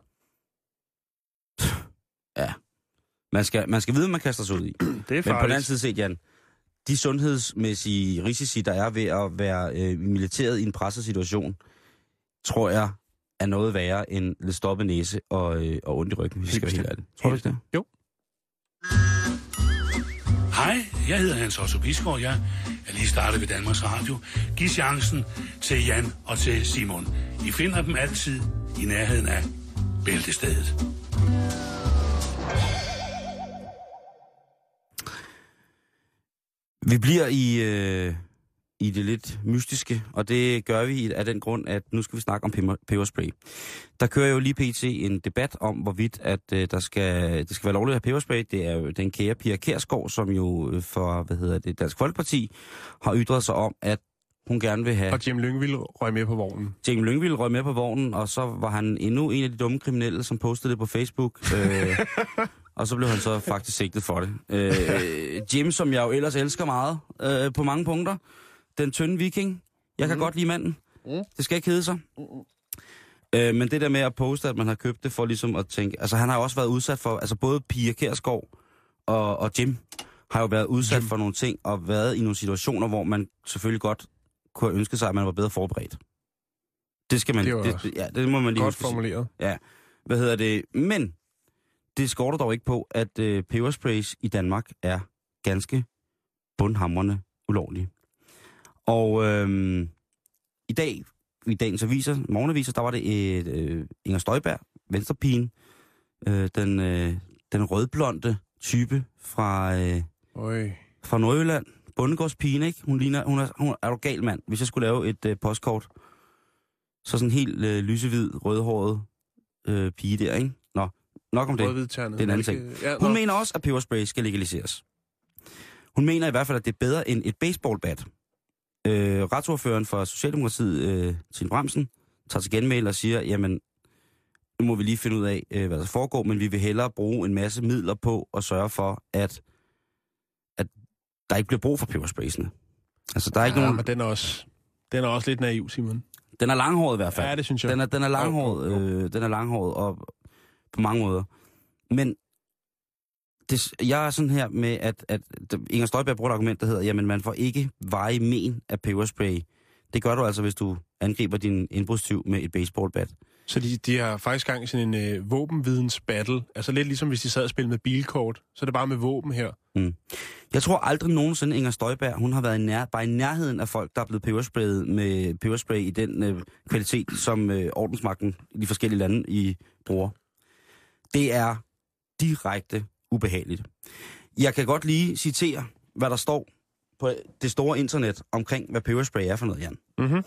Ja. Man skal, man skal vide, hvad man kaster sig ud i. Det er farligt. Men på den anden side set, Jan, de sundhedsmæssige risici, der er ved at være øh, militæret i en presset situation, tror jeg, er noget værre end lidt stoppet næse og, øh, og ondt i ryggen, hvis vi skal være helt ærlige. Tror du ikke det? Jo. Hej, Jeg hedder Hans Otto Bisgaard, jeg er lige startet ved Danmarks Radio. Giv chancen til Jan og til Simon. I finder dem altid i nærheden af Bæltestedet. Vi bliver i, øh, i det lidt mystiske, og det gør vi af den grund, at nu skal vi snakke om peberspray. Der kører jo lige pt. En debat om, hvorvidt at, øh, der skal, det skal være lovligt at have peberspray. Det er jo den kære Pia Kjærsgaard, som jo for hvad hedder det, Dansk Folkeparti har ytret sig om, at hun gerne vil have... Og Jim Lyngvild røg med på vognen. Jim Lyngvild røg med på vognen, og så var han endnu en af de dumme kriminelle, som postede det på Facebook. øh, og så blev han så faktisk sigtet for det. Øh, Jim, som jeg jo ellers elsker meget øh, på mange punkter. Den tynde viking. Jeg kan mm. godt lide manden. Mm. Det skal ikke hedde sig. Mm. Øh, men det der med at poste, at man har købt det for ligesom at tænke... Altså han har jo også været udsat for... Altså både Pia Kjærsgaard og, og Jim har jo været udsat Jim. for nogle ting, og været i nogle situationer, hvor man selvfølgelig godt kunne ønske sig, at man var bedre forberedt. Det skal man... Det, det, ja, det må man lige godt formuleret. Ja. Hvad hedder det? Men det skorter dog ikke på, at øh, pebersprays i Danmark er ganske bundhamrende ulovlige. Og øh, i dag, i dagens aviser, morgenaviser, der var det et, øh, Inger Støjberg, Venstrepigen, øh, den, øh, den rødblonde type fra, øh, fra Nordjylland. Bondegårdspigen, ikke? Hun ligner, hun er, hun er jo gal mand. Hvis jeg skulle lave et øh, postkort, så sådan en helt øh, lysehvid, rødhåret øh, pige der, ikke? Nå, nok om det. Det er en anden ting. Ja, hun mener også, at peberspray skal legaliseres. Hun mener i hvert fald, at det er bedre end et baseballbat. Øh, retsordføreren for Socialdemokratiet, øh, Trine Bramsen, tager til genmæle og siger, jamen, nu må vi lige finde ud af, øh, hvad der foregår, men vi vil hellere bruge en masse midler på at sørge for, at, at der ikke bliver brug for peberspraysene. Altså, der er ikke ja, nogen... men den er, også, den er også lidt naiv, Simon. Den er langhåret i hvert fald. Ja, det synes jeg. Den er, den er langhåret, øh, den er langhåret og på mange måder. Men det, jeg er sådan her med, at, at Inger Støjberg bruger et argument, der hedder, jamen man får ikke veje men af peberspray. Det gør du altså, hvis du angriber din indbrudstyv med et baseballbat. Så de, de har faktisk gang i sådan en øh, våbenvidensbattle. Altså lidt ligesom hvis de sad og spillede med bilkort. Så er det bare med våben her. Mm. Jeg tror aldrig nogensinde, Inger Støjberg, hun har været i nær, bare i nærheden af folk, der er blevet pebersprayet med peberspray i den øh, kvalitet, som øh, ordensmagten i de forskellige lande i bruger. Det er direkte ubehageligt. Jeg kan godt lige citere, hvad der står på det store internet omkring, hvad peberspray er for noget, Jan. Mhm.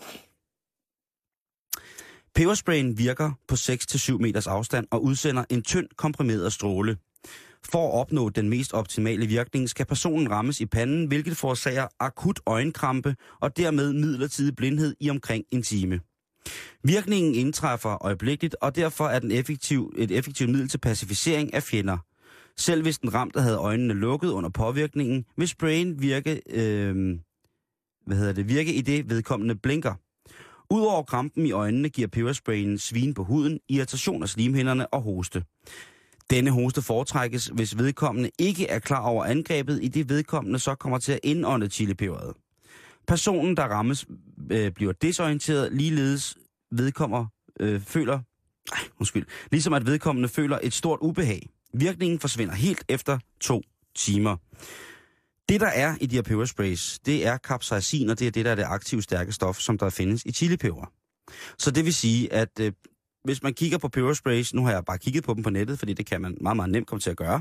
Pebersprayen virker på seks til syv meters afstand og udsender en tynd komprimeret stråle. For at opnå den mest optimale virkning, skal personen rammes i panden, hvilket forårsager akut øjenkrampe og dermed midlertidig blindhed i omkring en time. Virkningen indtræffer øjeblikkeligt, og derfor er den effektiv, et effektivt middel til pacificering af fjender. Selv hvis den ramte havde øjnene lukket under påvirkningen, vil sprayen virke, øh, hvad hedder det, virke i det vedkommende blinker. Udover krampen i øjnene giver pebersprayen svin på huden, irritation af slimhinderne og hoste. Denne hoste foretrækkes, hvis vedkommende ikke er klar over angrebet, i det vedkommende så kommer til at indånde chilipeberet. Personen, der rammes, øh, bliver desorienteret, ligeledes vedkommer, øh, føler, nej, undskyld, ligesom at vedkommende føler et stort ubehag. Virkningen forsvinder helt efter to timer. Det, der er i de her pebersprays, det er capsaicin, og det er det, der er det aktive stærke stof, som der findes i chilipeber. Så det vil sige, at øh, hvis man kigger på pebersprays, nu har jeg bare kigget på dem på nettet, fordi det kan man meget, meget nemt komme til at gøre,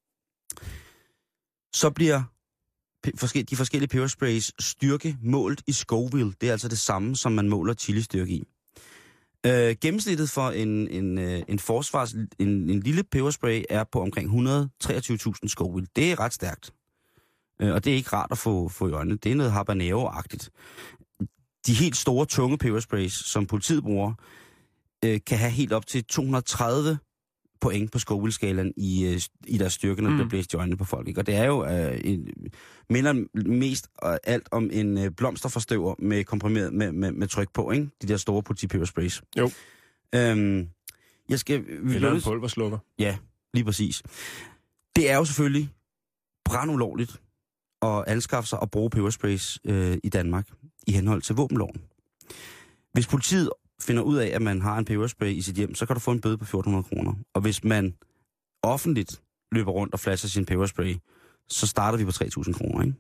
så bliver de forskellige pebersprays styrke målt i Scoville. Det er altså det samme, som man måler chilistyrke i. Øh, gennemsnittet for en, en, en forsvars, en, en lille peberspray er på omkring et hundrede og treogtyve tusind Scoville. Det er ret stærkt. Øh, og det er ikke rart at få, få i øjnene. Det er noget habanero-agtigt. De helt store, tunge pebersprays, som politiet bruger, øh, kan have helt op til to hundrede og tredive point på Scoville-skalaen i, øh, i deres styrke, når mm. der bliver blæst i øjnene på folk. Ikke? Og det er jo øh, en, minder mest øh, alt om en øh, blomsterforstøver med komprimeret med, med, med tryk på, ikke? De der store politi-pebersprays. Jo. Øhm, jeg skal... Vi Eller en pulverslukker. Ja, lige præcis. Det er jo selvfølgelig brandulovligt at anskaffe sig og bruge pebersprays øh, i Danmark i henhold til våbenloven. Hvis politiet finder ud af, at man har en peberspray i sit hjem, så kan du få en bøde på fjorten hundrede kroner. Og hvis man offentligt løber rundt og flasher sin peberspray, så starter vi på tre tusind kroner, ikke?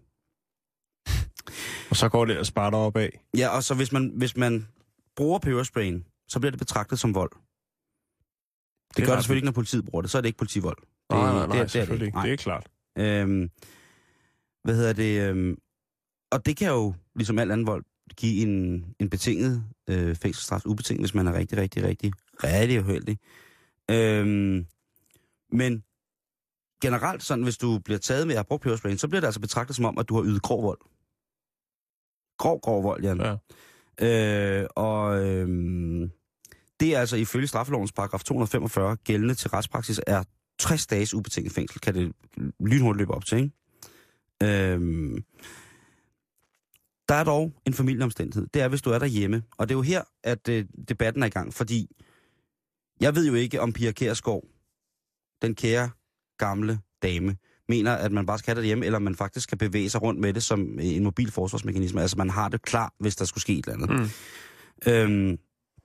Og så går det at spare op af. Ja, og så hvis man, hvis man bruger pebersprayen, så bliver det betragtet som vold. Det, det gør det selvfølgelig ikke, når politiet bruger det. Så er det ikke politivold. Det, nej, nej, nej, det, selvfølgelig det, ikke. Det er klart. Øhm, hvad hedder det? Øhm, og det kan jo, ligesom alt andet vold, give en, en betinget øh, fængselsstraf, ubetinget, hvis man er rigtig, rigtig, rigtig, rigtig uheldig. Øhm, men generelt sådan, hvis du bliver taget med at bruge pebersprayen, så bliver det altså betragtet som om, at du har ydet grov vold. Grov, grov vold, Jan. Ja. Øh, og øhm, det er altså ifølge straffelovens paragraf to hundrede femogfyrre gældende til retspraksis er tres dages ubetinget fængsel, kan det lynhurtigt løbe op til, ikke? Øhm, der er dog en familieomstændighed. Det er, hvis du er derhjemme. Og det er jo her, at øh, debatten er i gang, fordi jeg ved jo ikke, om Pia Kjærsgaard, den kære gamle dame, mener, at man bare skal have det hjemme, eller man faktisk skal bevæge sig rundt med det som en mobil forsvarsmekanisme. Altså, man har det klar, hvis der skulle ske et eller andet. Mm. Øhm,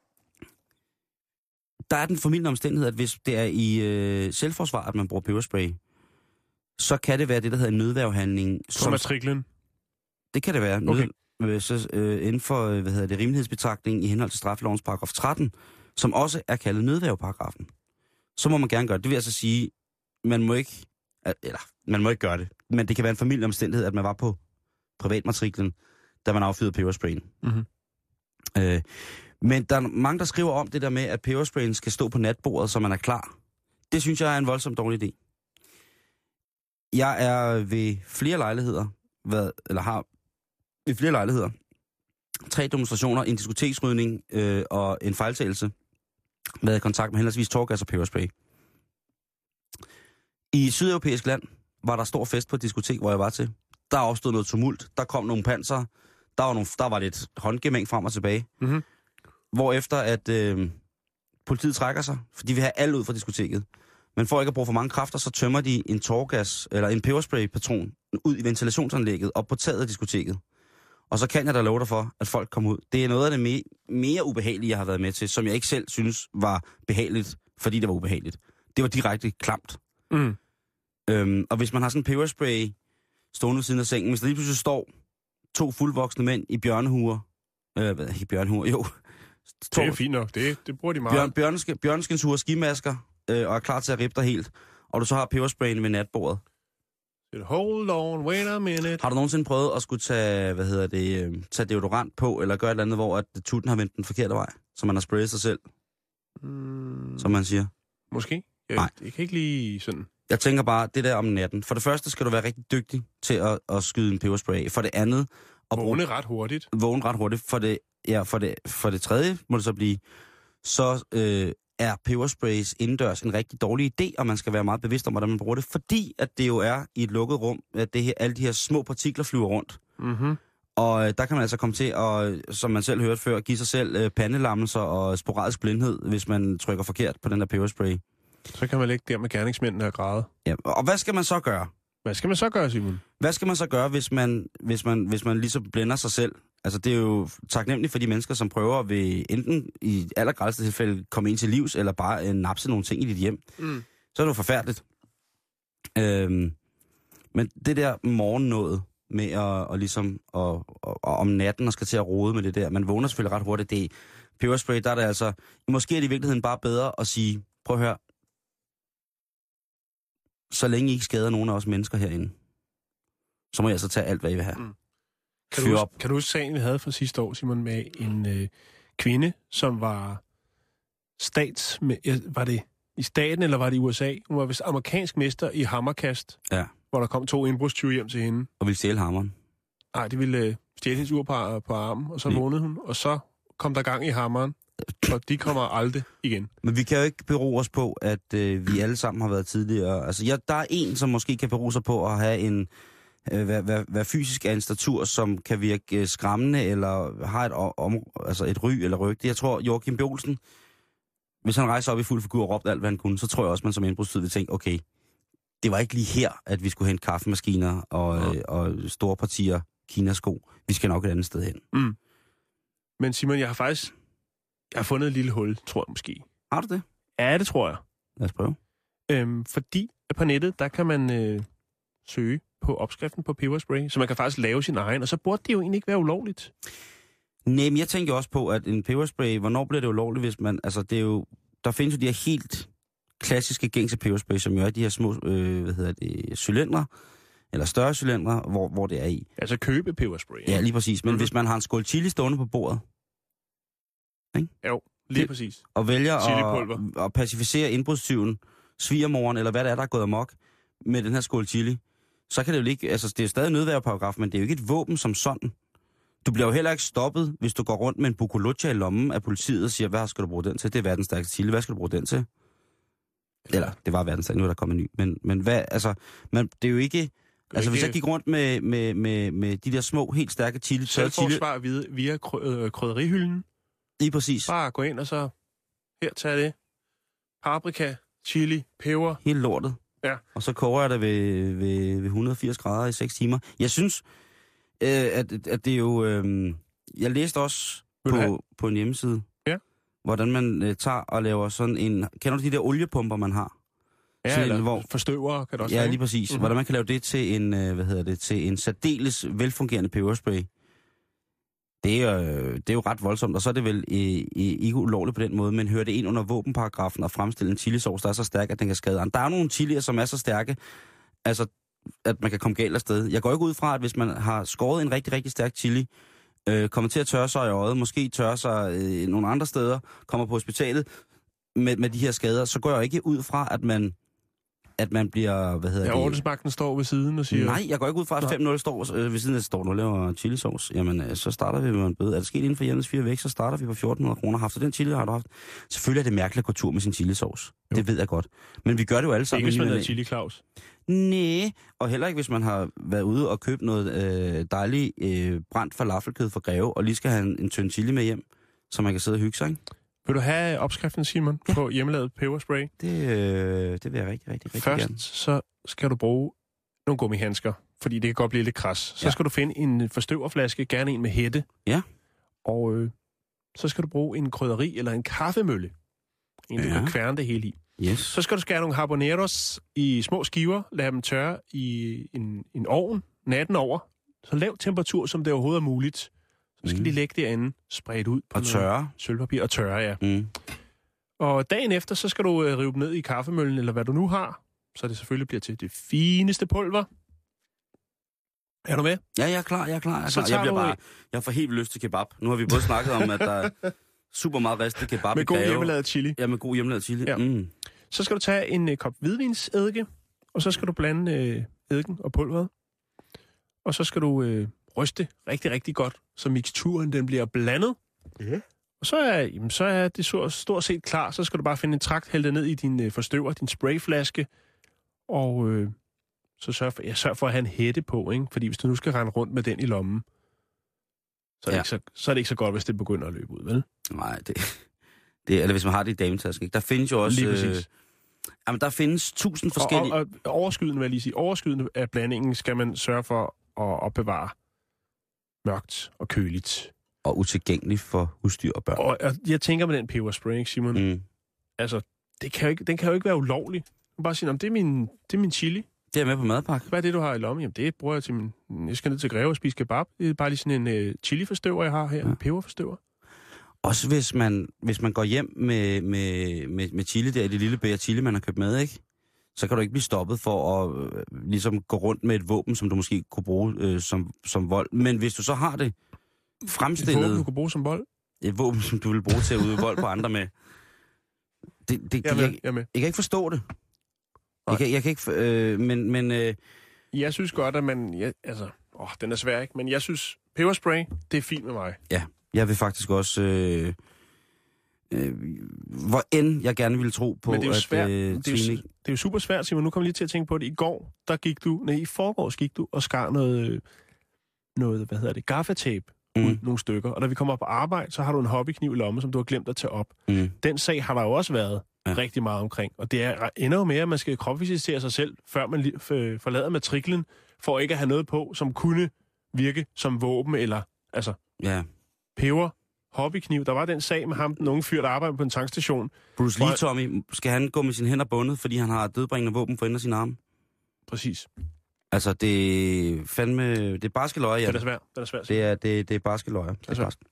der er den formidlende omstændighed, at hvis det er i øh, selvforsvar, at man bruger peberspray, så kan det være det, der hedder en nødværgehandling. Som matriklen? Det kan det være. Okay. Nød, så, øh, inden for, hvad hedder det, rimelighedsbetragtning i henhold til straffelovens paragraf tretten, som også er kaldet nødværgeparagrafen. Så må man gerne gøre det. Det vil altså sige, man må ikke, eller man må ikke gøre det, men det kan være en familieomstændighed, at man var på privatmatriklen, da man affyrede pebersprayen. Mm-hmm. Øh, men der er mange, der skriver om det der med, at pebersprayen skal stå på natbordet, så man er klar. Det synes jeg er en voldsomt dårlig idé. Jeg er ved flere lejligheder, hvad, eller har ved flere lejligheder, tre demonstrationer, en diskoteksrydning øh, og en fejltagelse, været i kontakt med henholdsvis tårgas og peberspray. I sydeuropæisk land var der stor fest på et diskotek, hvor jeg var til. Der opstod noget tumult, der kom nogle panser, der var, nogle, der var lidt håndgemæng frem og tilbage. Mm-hmm. Hvorefter at øh, politiet trækker sig, for de vil have alt ud fra diskoteket. Men for ikke at bruge for mange kræfter, så tømmer de en tårgas eller en peberspray-patron ud i ventilationsanlægget op på taget af diskoteket. Og så kan jeg da love dig for, at folk kommer ud. Det er noget af det mere, mere ubehagelige, jeg har været med til, som jeg ikke selv synes var behageligt, fordi det var ubehageligt. Det var direkte klamt. Mm. Øhm, og hvis man har sådan en peberspray stående ved siden af sengen, hvis der lige pludselig står to fuldvoksne mænd i bjørnehuer, øh, hvad ikke bjørnehuer, jo. Det er fint nok, det, det bruger de meget. Bjørn, bjørneske, bjørneskenshuer, skimasker, øh, og er klar til at rippe dig helt, og du så har pebersprayen ved natbordet. Hold on, wait a minute. Har du nogensinde prøvet at skulle tage, hvad hedder det, øh, tage deodorant på, eller gøre et eller andet, hvor at tutten har vendt den forkerte vej, så man har sprayet sig selv, mm. som man siger? Måske. Jeg, Nej. Jeg kan ikke lige sådan... Jeg tænker bare, det der om natten. For det første skal du være rigtig dygtig til at, at skyde en peberspray af. For det andet... At vågne ret hurtigt. Vågne ret hurtigt. For det, ja, for det, for det tredje må det så blive, så øh, er pebersprays indendørs en rigtig dårlig idé, og man skal være meget bevidst om, hvordan man bruger det. Fordi at det jo er i et lukket rum, at det her, alle de her små partikler flyver rundt. Mm-hmm. Og øh, der kan man altså komme til at, som man selv hørte før, give sig selv øh, pandelammelser og sporadisk blindhed, hvis man trykker forkert på den der peberspray. Så kan man ligge der med gerningsmændene og græde. Ja, og hvad skal man så gøre? Hvad skal man så gøre, Simon? Hvad skal man så gøre, hvis man, hvis man, hvis man ligesom blænder sig selv? Altså, det er jo taknemmeligt for de mennesker, som prøver ved enten i allergrædeste tilfælde komme ind til livs, eller bare øh, napse nogle ting i dit hjem. Mm. Så er det jo forfærdeligt. Øhm, men det der morgennået med at, og ligesom, og, og, og om natten og skal til at rode med det der, man vågner selvfølgelig ret hurtigt. Det peberspray, der er det altså, måske er det i virkeligheden bare bedre at sige, prøv at høre, så længe I ikke skader nogen af os mennesker herinde, så må jeg så tage alt, hvad I vil have. Mm. Kan, du huske, kan du huske sagen, vi havde fra sidste år, Simon, med en øh, kvinde, som var stats... Med, ja, var det i staten, eller var det i U S A? Hun var vist amerikansk mester i hammerkast, ja. Hvor der kom to indbrudstyve hjem til hende. Og ville stjæle hammeren? Nej, de ville øh, stjæle hendes ur på, på armen, og så vågnede hun, og så kom der gang i hammeren. Og de kommer aldrig igen. Men vi kan jo ikke bero os på, at øh, vi alle sammen har været tidligere. Altså, ja, der er en, som måske kan bero sig på at have en... Øh, være, være, være fysisk af en statur, som kan virke øh, skræmmende, eller har et, om, altså et ry eller rygte. Jeg tror, Joachim B. Olsen, hvis han rejser op i fuld figur og råbte alt, hvad han kunne, så tror jeg også, man som indbrudstid vil tænke, okay, det var ikke lige her, at vi skulle hente kaffemaskiner og, ja. øh, og store partier Kinasko. Vi skal nok et andet sted hen. Mm. Men Simon, jeg har faktisk... Jeg har fundet et lille hul, tror jeg måske. Har du det? Ja, det tror jeg. Lad os prøve. Øhm, fordi på nettet, der kan man øh, søge på opskriften på peberspray, så man kan faktisk lave sin egen, og så burde det jo egentlig ikke være ulovligt. Nej, men jeg tænker også på, at en peberspray, hvornår bliver det ulovligt, hvis man, altså det er jo, der findes jo de her helt klassiske gængse peberspray, som jo er de her små, øh, hvad hedder det, cylindre, eller større cylindre, hvor, hvor det er i. Altså købe peberspray. Ja, lige præcis. Men mm-hmm. hvis man har en skål chili stående på bordet, ikke? Jo, lige det, præcis. Og vælger at, at pacificere indbrudstyven, svigermoren, eller hvad det er, der er gået amok med den her skål chili, så kan det jo ikke, altså det er stadig nødværeparagraf, men det er jo ikke et våben som sådan. Du bliver jo heller ikke stoppet, hvis du går rundt med en Bucoluccia i lommen af politiet og siger, hvad skal du bruge den til? Det er verdens stærkeste chili, hvad skal du bruge den til? Eller, det var verdens stærkeste, nu er der kommet en ny. Men, men hvad, altså, man, det er jo ikke... Altså, hvis jeg gik rundt med, med, med, med de der små, helt stærke chili... Selvforsvar via, via krø- krydderihylden. Lige præcis. Bare gå ind og så... Her, tag det. Paprika, chili, peber. Helt lortet. Ja. Og så koger jeg det ved, ved, ved et hundrede og firs grader i seks timer. Jeg synes, øh, at, at det er jo... Øh, jeg læste også på, på en hjemmeside, ja. hvordan man øh, tager og laver sådan en... Kender du de der oliepumper, man har? Ja, sådan eller en, hvor, forstøver, kan du også Ja, have. lige præcis. Mm-hmm. Hvordan man kan lave det til en, øh, hvad hedder det, til en særdeles velfungerende peberspray. Det er, øh, det er jo ret voldsomt, og så er det vel øh, ikke ulovligt på den måde, men hører det ind under våbenparagrafen og fremstille en chilisauce, der er så stærk, at den kan skade andre. Der er nogle chilier, som er så stærke, altså, at man kan komme galt afsted. Jeg går ikke ud fra, at hvis man har skåret en rigtig, rigtig stærk chili, øh, kommer til at tørre sig i øjet, måske tørre sig øh, nogle andre steder, kommer på hospitalet med, med de her skader, så går jeg ikke ud fra, at man at man bliver, hvad hedder ja, det? Ordensmagten står ved siden og siger... Nej, jeg går ikke ud fra, at fem nul står øh, ved siden af, står nu og laver chilisauce. Jamen, øh, så starter vi med en bøde. Er det sket inden for hjemmets fire væk, så starter vi på fjorten hundrede kroner. Haft så den chili har du haft. Selvfølgelig er det mærkeligt at gå tur med sin chilisauce. Jo. Det ved jeg godt. Men vi gør det jo alle sammen. Ikke hvis man er chili Claus. Næh, og heller ikke hvis man har været ude og købt noget øh, dejligt øh, brændt falafelkød fra Greve, og lige skal have en, en tynd chili med hjem, så man kan sidde og hygge sig, ikke? Vil du have opskriften, Simon, ja. på hjemmelavet peberspray? Det, øh, det vil jeg rigtig, rigtig, rigtig Først, gerne. så skal du bruge nogle gummihandsker, fordi det kan godt blive lidt kras. Så ja. skal du finde en forstøverflaske, gerne en med hætte. Ja. Og øh, så skal du bruge en krydderi eller en kaffemølle. En, du ja. kan kværne det hele i. Yes. Så skal du skære nogle habaneros i små skiver, lade dem tørre i en, en ovn natten over. Så lav temperatur, som det overhovedet er muligt. Så skal mm. de lægge derinde, spredt ud på og tørre. Sølvpapir og tørre, ja. Mm. Og dagen efter, så skal du øh, rive dem ned i kaffemøllen, eller hvad du nu har, så det selvfølgelig bliver til det fineste pulver. Er du med? Ja, jeg er klar, jeg er klar. Jeg, er klar. jeg, bliver bare, jeg får helt lyst til kebab. Nu har vi både snakket om, at der er super meget ristet kebab med i god Greve. hjemmelavet chili. Ja, med god hjemmelavet chili. Ja. Mm. Så skal du tage en uh, kop hvidvinsedike, og så skal du blande uh, eddiken og pulveret. Og så skal du uh, ryste rigtig, rigtig godt, så miksturen den bliver blandet. Yeah. Og så er, jamen, så er det så, stort set klar. Så skal du bare finde en trakt, hælde det ned i din uh, forstøver, din sprayflaske, og uh, så sørg for, ja, sørg for at have en hætte på, ikke? Fordi hvis du nu skal rende rundt med den i lommen, så er, ja. det, ikke så, så er det ikke så godt, hvis det begynder at løbe ud, vel? Nej, det, det eller hvis man har det i dametasken, ikke? Der findes jo også... Lige præcis. Øh, jamen, der findes tusind forskellige... Og, og, og overskydende, vil jeg lige sige, overskydende af blandingen skal man sørge for at opbevare mørkt og køligt. Og utilgængeligt for husdyr og børn. Og, og jeg tænker med den peberspray, ikke, Simon? Mm. Altså, det kan jo ikke, den kan jo ikke være ulovlig. Du kan bare sige, det er min, det er min chili. Det er med på madpakke. Hvad er det, du har i lommen? Jamen, det bruger jeg til min... Jeg skal ned til Greve og spise kebab. Det er bare lige sådan en uh, chili-forstøver, jeg har her. Ja. En peberforstøver. Også hvis man, hvis man går hjem med, med, med, med chili der, det lille bære chili, man har købt med, ikke? Så kan du ikke blive stoppet for at øh, ligesom gå rundt med et våben, som du måske kunne bruge øh, som, som vold. Men hvis du så har det fremstillet... Et våben, du kunne bruge som vold? Et våben, som du vil bruge til at udøve vold på andre med. Det, det, jeg, med, jeg, jeg, med. jeg kan ikke forstå det. Jeg kan, jeg kan ikke... Øh, men... men øh, jeg synes godt, at man... Ja, altså, åh, den er svær, ikke? Men jeg synes, peberspray, det er fint med mig. Ja, jeg vil faktisk også... Øh, øh, hvor end jeg gerne ville tro på, men det er jo svært. at... Øh, det, er jo, det er jo super svært, Simon. Nu kommer jeg lige til at tænke på det. I går, der gik du... Nej, i forgårs gik du og skar noget... Noget, hvad hedder det? Gaffatape. Mm. Ud, nogle stykker. Og da vi kommer på arbejde, så har du en hobbykniv i lommen, som du har glemt at tage op. Mm. Den sag har der jo også været ja. rigtig meget omkring. Og det er ender jo med, at man skal kropsvisitere sig selv, før man li- f- forlader matriklen, for ikke at have noget på, som kunne virke som våben, eller altså ja. peber, hobbykniv. Der var den sag med ham, den unge fyr, der arbejder på en tankstation. Bruce Lee, Tommy, skal han gå med sine hænder bundet, fordi han har dødbringende våben for enden af sine arme? Præcis. Altså, det er fandme... Det er barske løjer, ja. Det er svært. Det er svært. Det er, det, det er barske løjer. Det er svært. barske.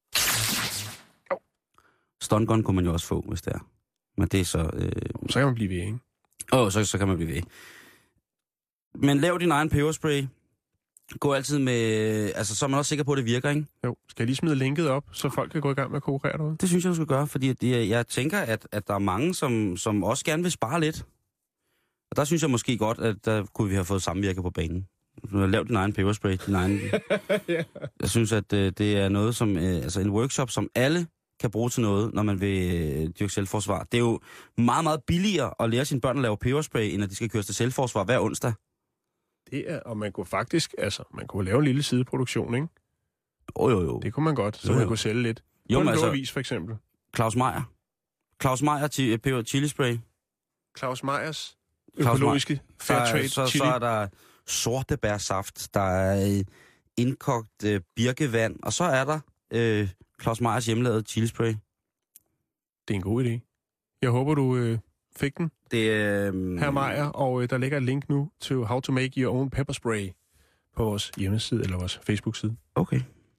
Stun gun kunne man jo også få, hvis det er. Men det er så... Øh... Så kan man blive ved, ikke? Åh, oh, så, så kan man blive ved. Men lav din egen peberspray. Gå altid med... Altså, så er man også sikker på, at det virker, ikke? Jo. Skal jeg lige smide linket op, så folk kan gå i gang med at konkurrere derude? Det synes jeg, du skal gøre, fordi det, jeg tænker, at, at der er mange, som, som også gerne vil spare lidt. Og der synes jeg måske godt, at der kunne vi have fået samvirke på banen. Lav din egen peberspray, din egen... yeah. Jeg synes, at det er noget som... Altså, en workshop, som alle kan bruge til noget, når man vil øh, dyrke selvforsvar. Det er jo meget, meget billigere at lære sine børn at lave peberspray, end at de skal køres til selvforsvar hver onsdag. Det er, og man kunne faktisk, altså, man kunne lave en lille sideproduktion, ikke? Jo, jo, jo. Det kunne man godt, så jo, jo. man kunne sælge lidt. Jo, på en altså, avis, for eksempel. Claus Meyer. Claus Meyer til peber chili spray. Claus Meyers økologiske fair trade så, chili. Så er der sortebærsaft, der er indkogt øh, birkevand, og så er der øh, Claus Meyers hjemmelavede chili spray. Det er en god idé. Jeg håber, du øh, fik den, det, øh, Herr Meyer, og øh, der ligger et link nu til How to Make Your Own Pepper Spray på vores hjemmeside eller vores Facebook-side. Okay.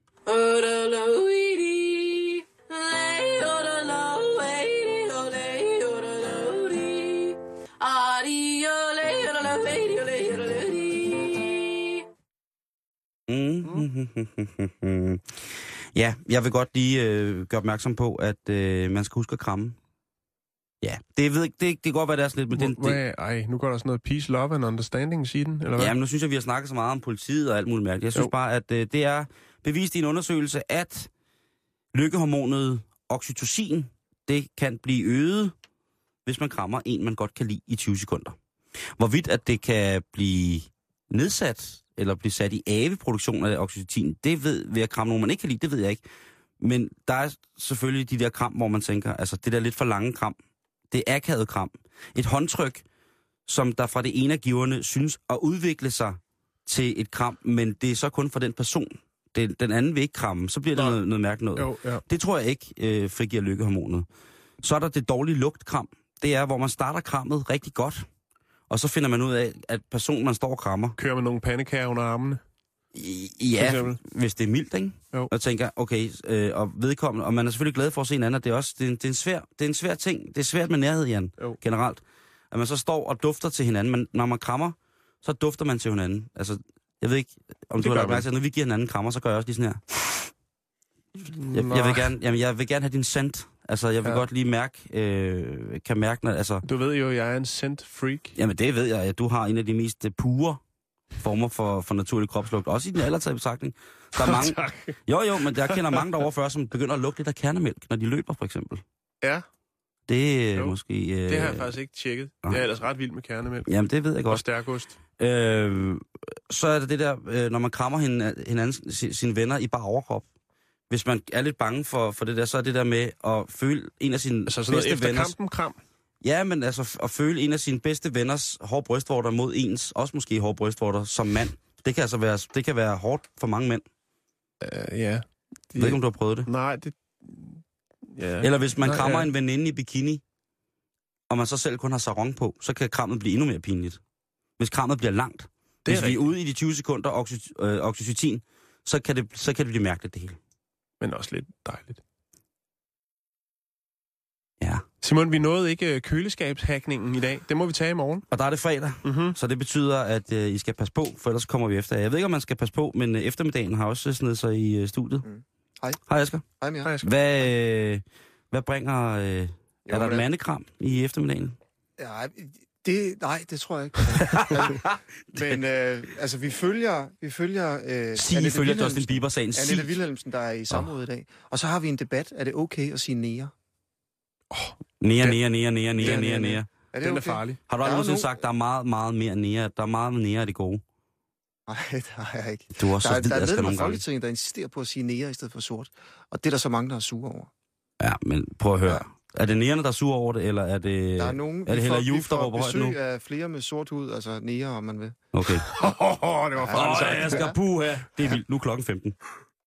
Mm. Ja, jeg vil godt lige øh, gøre opmærksom på, at øh, man skal huske at kramme. Ja, det ved ikke, det, det kan godt være, det er sådan lidt, men den, det... Ej, nu går der sådan noget peace, love and understanding, siger den, eller hvad? Ja, men nu synes jeg, vi har snakket så meget om politiet og alt muligt mærkeligt. Jeg synes jo. bare, at øh, det er bevist i en undersøgelse, at lykkehormonet oxytocin, det kan blive øget, hvis man krammer en, man godt kan lide i tyve sekunder. Hvorvidt at det kan blive nedsat, eller blive sat i ave-produktion af oxytocin, det ved, ved at kramme nogen, man ikke kan lide, det ved jeg ikke. Men der er selvfølgelig de der kram, hvor man tænker, altså det der lidt for lange kram, det er akavet kram. Et håndtryk, som der fra det ene af giverne synes at udvikle sig til et kram, men det er så kun for den person. Det, den anden vil ikke kramme, så bliver det noget, noget mærkeligt noget. Jo, ja. Det tror jeg ikke øh, frigiver lykkehormonet. Så er der det dårlige lugtkram. Det er, hvor man starter krammet rigtig godt, og så finder man ud af, at personen, man står og krammer... Kører med nogle pandekager under armene? Ja, hvis det er mildt, ikke? Jo. Og tænker, okay, øh, og vedkommende, og man er selvfølgelig glad for at se en anden, det er også, det er, en, det er en svær, det er en svær ting. Det er svært med nærhed, Jan, jo. Generelt. At man så står og dufter til hinanden, men når man krammer, så dufter man til hinanden. Altså, jeg ved ikke, om det du har lagt mærke til, at når vi giver hinanden krammer, så gør jeg også lige sådan her. Jeg, jeg, vil, gerne, jamen, jeg vil gerne have din scent. Altså, jeg vil ja. godt lige mærke, øh, kan mærke, når, altså... Du ved jo, jeg er en scent freak. Jamen, det ved jeg, at du har en af de mest pure former for, for naturlig kropslugt. Også i den aldertaget betragtning. Der er mange... jo, jo, men jeg kender mange derovre før, som begynder at lugte lidt af kernemælk, når de løber, for eksempel. Ja. Det er måske... Øh... Det har jeg faktisk ikke tjekket. Jeg er ellers ret vild med kernemælk. Jamen, det ved jeg godt. Og stærkost. Øh, så er det det der, øh, når man krammer hinanden, sine venner i bare overkrop. Hvis man er lidt bange for, for det der, så er det der med at føle en af sine altså bedste efter venners... kampen kram? Ja, men altså at føle en af sine bedste venners hårde brystvorter mod ens, også måske hårde brystvorter, som mand. Det kan altså være, det kan være hårdt for mange mænd. Uh, ja. Jeg ved ikke, om du har prøvet det? Nej, det... Ja. Eller hvis man Nej, krammer ja. en veninde i bikini, og man så selv kun har sarong på, så kan krammet blive endnu mere pinligt. Hvis krammet bliver langt. Det hvis vi rigtigt. er ude i de tyve sekunder oxy, øh, oxytocin, så kan, det, så kan det blive mærkeligt, det hele. Men også lidt dejligt. Ja. Simon, vi nåede ikke køleskabshackningen i dag. Det må vi tage i morgen. Og der er det fredag, mm-hmm. så det betyder, at øh, I skal passe på, for ellers kommer vi efter. Jeg ved ikke, om man skal passe på, men øh, eftermiddagen har også snedet sig i øh, studiet. Mm. Hej. Hej, Asger. Hej, Mia. Hej, Asger. Hvad, øh, hvad bringer... Øh, jo, er der et mandekram i eftermiddagen? Ja, det, nej, det tror jeg ikke. Men øh, altså, vi følger... Vi følger øh, Sige følger Justin Bieber-sagen. Annette Wilhelmsen, der er i samråd oh. i dag. Og så har vi en debat. Er det okay at sige nære? Oh, nære, nære, nære, nære, nære, nære, nære. Er det Den okay? er farlig. Har du aldrig nogensinde sagt, der er meget, meget mere nære? Der er meget nære af det gode? Nej, det har jeg ikke. Du er også der, så der er medlemmer af Folketinget, der insisterer på at sige nære i stedet for sort. Og det er der så mange, der er sure over. Ja, men prøv at høre. Ja. Er det nærerne, der er sure over det, eller er det... Der er nogen, er det heller Juf, der råber højt nu? Vi får besøg af flere med sort hud, altså nære, om man vil. Okay. oh, det var farligt. Åh, jeg skal puha. Det er vildt. Nu er klokken femten.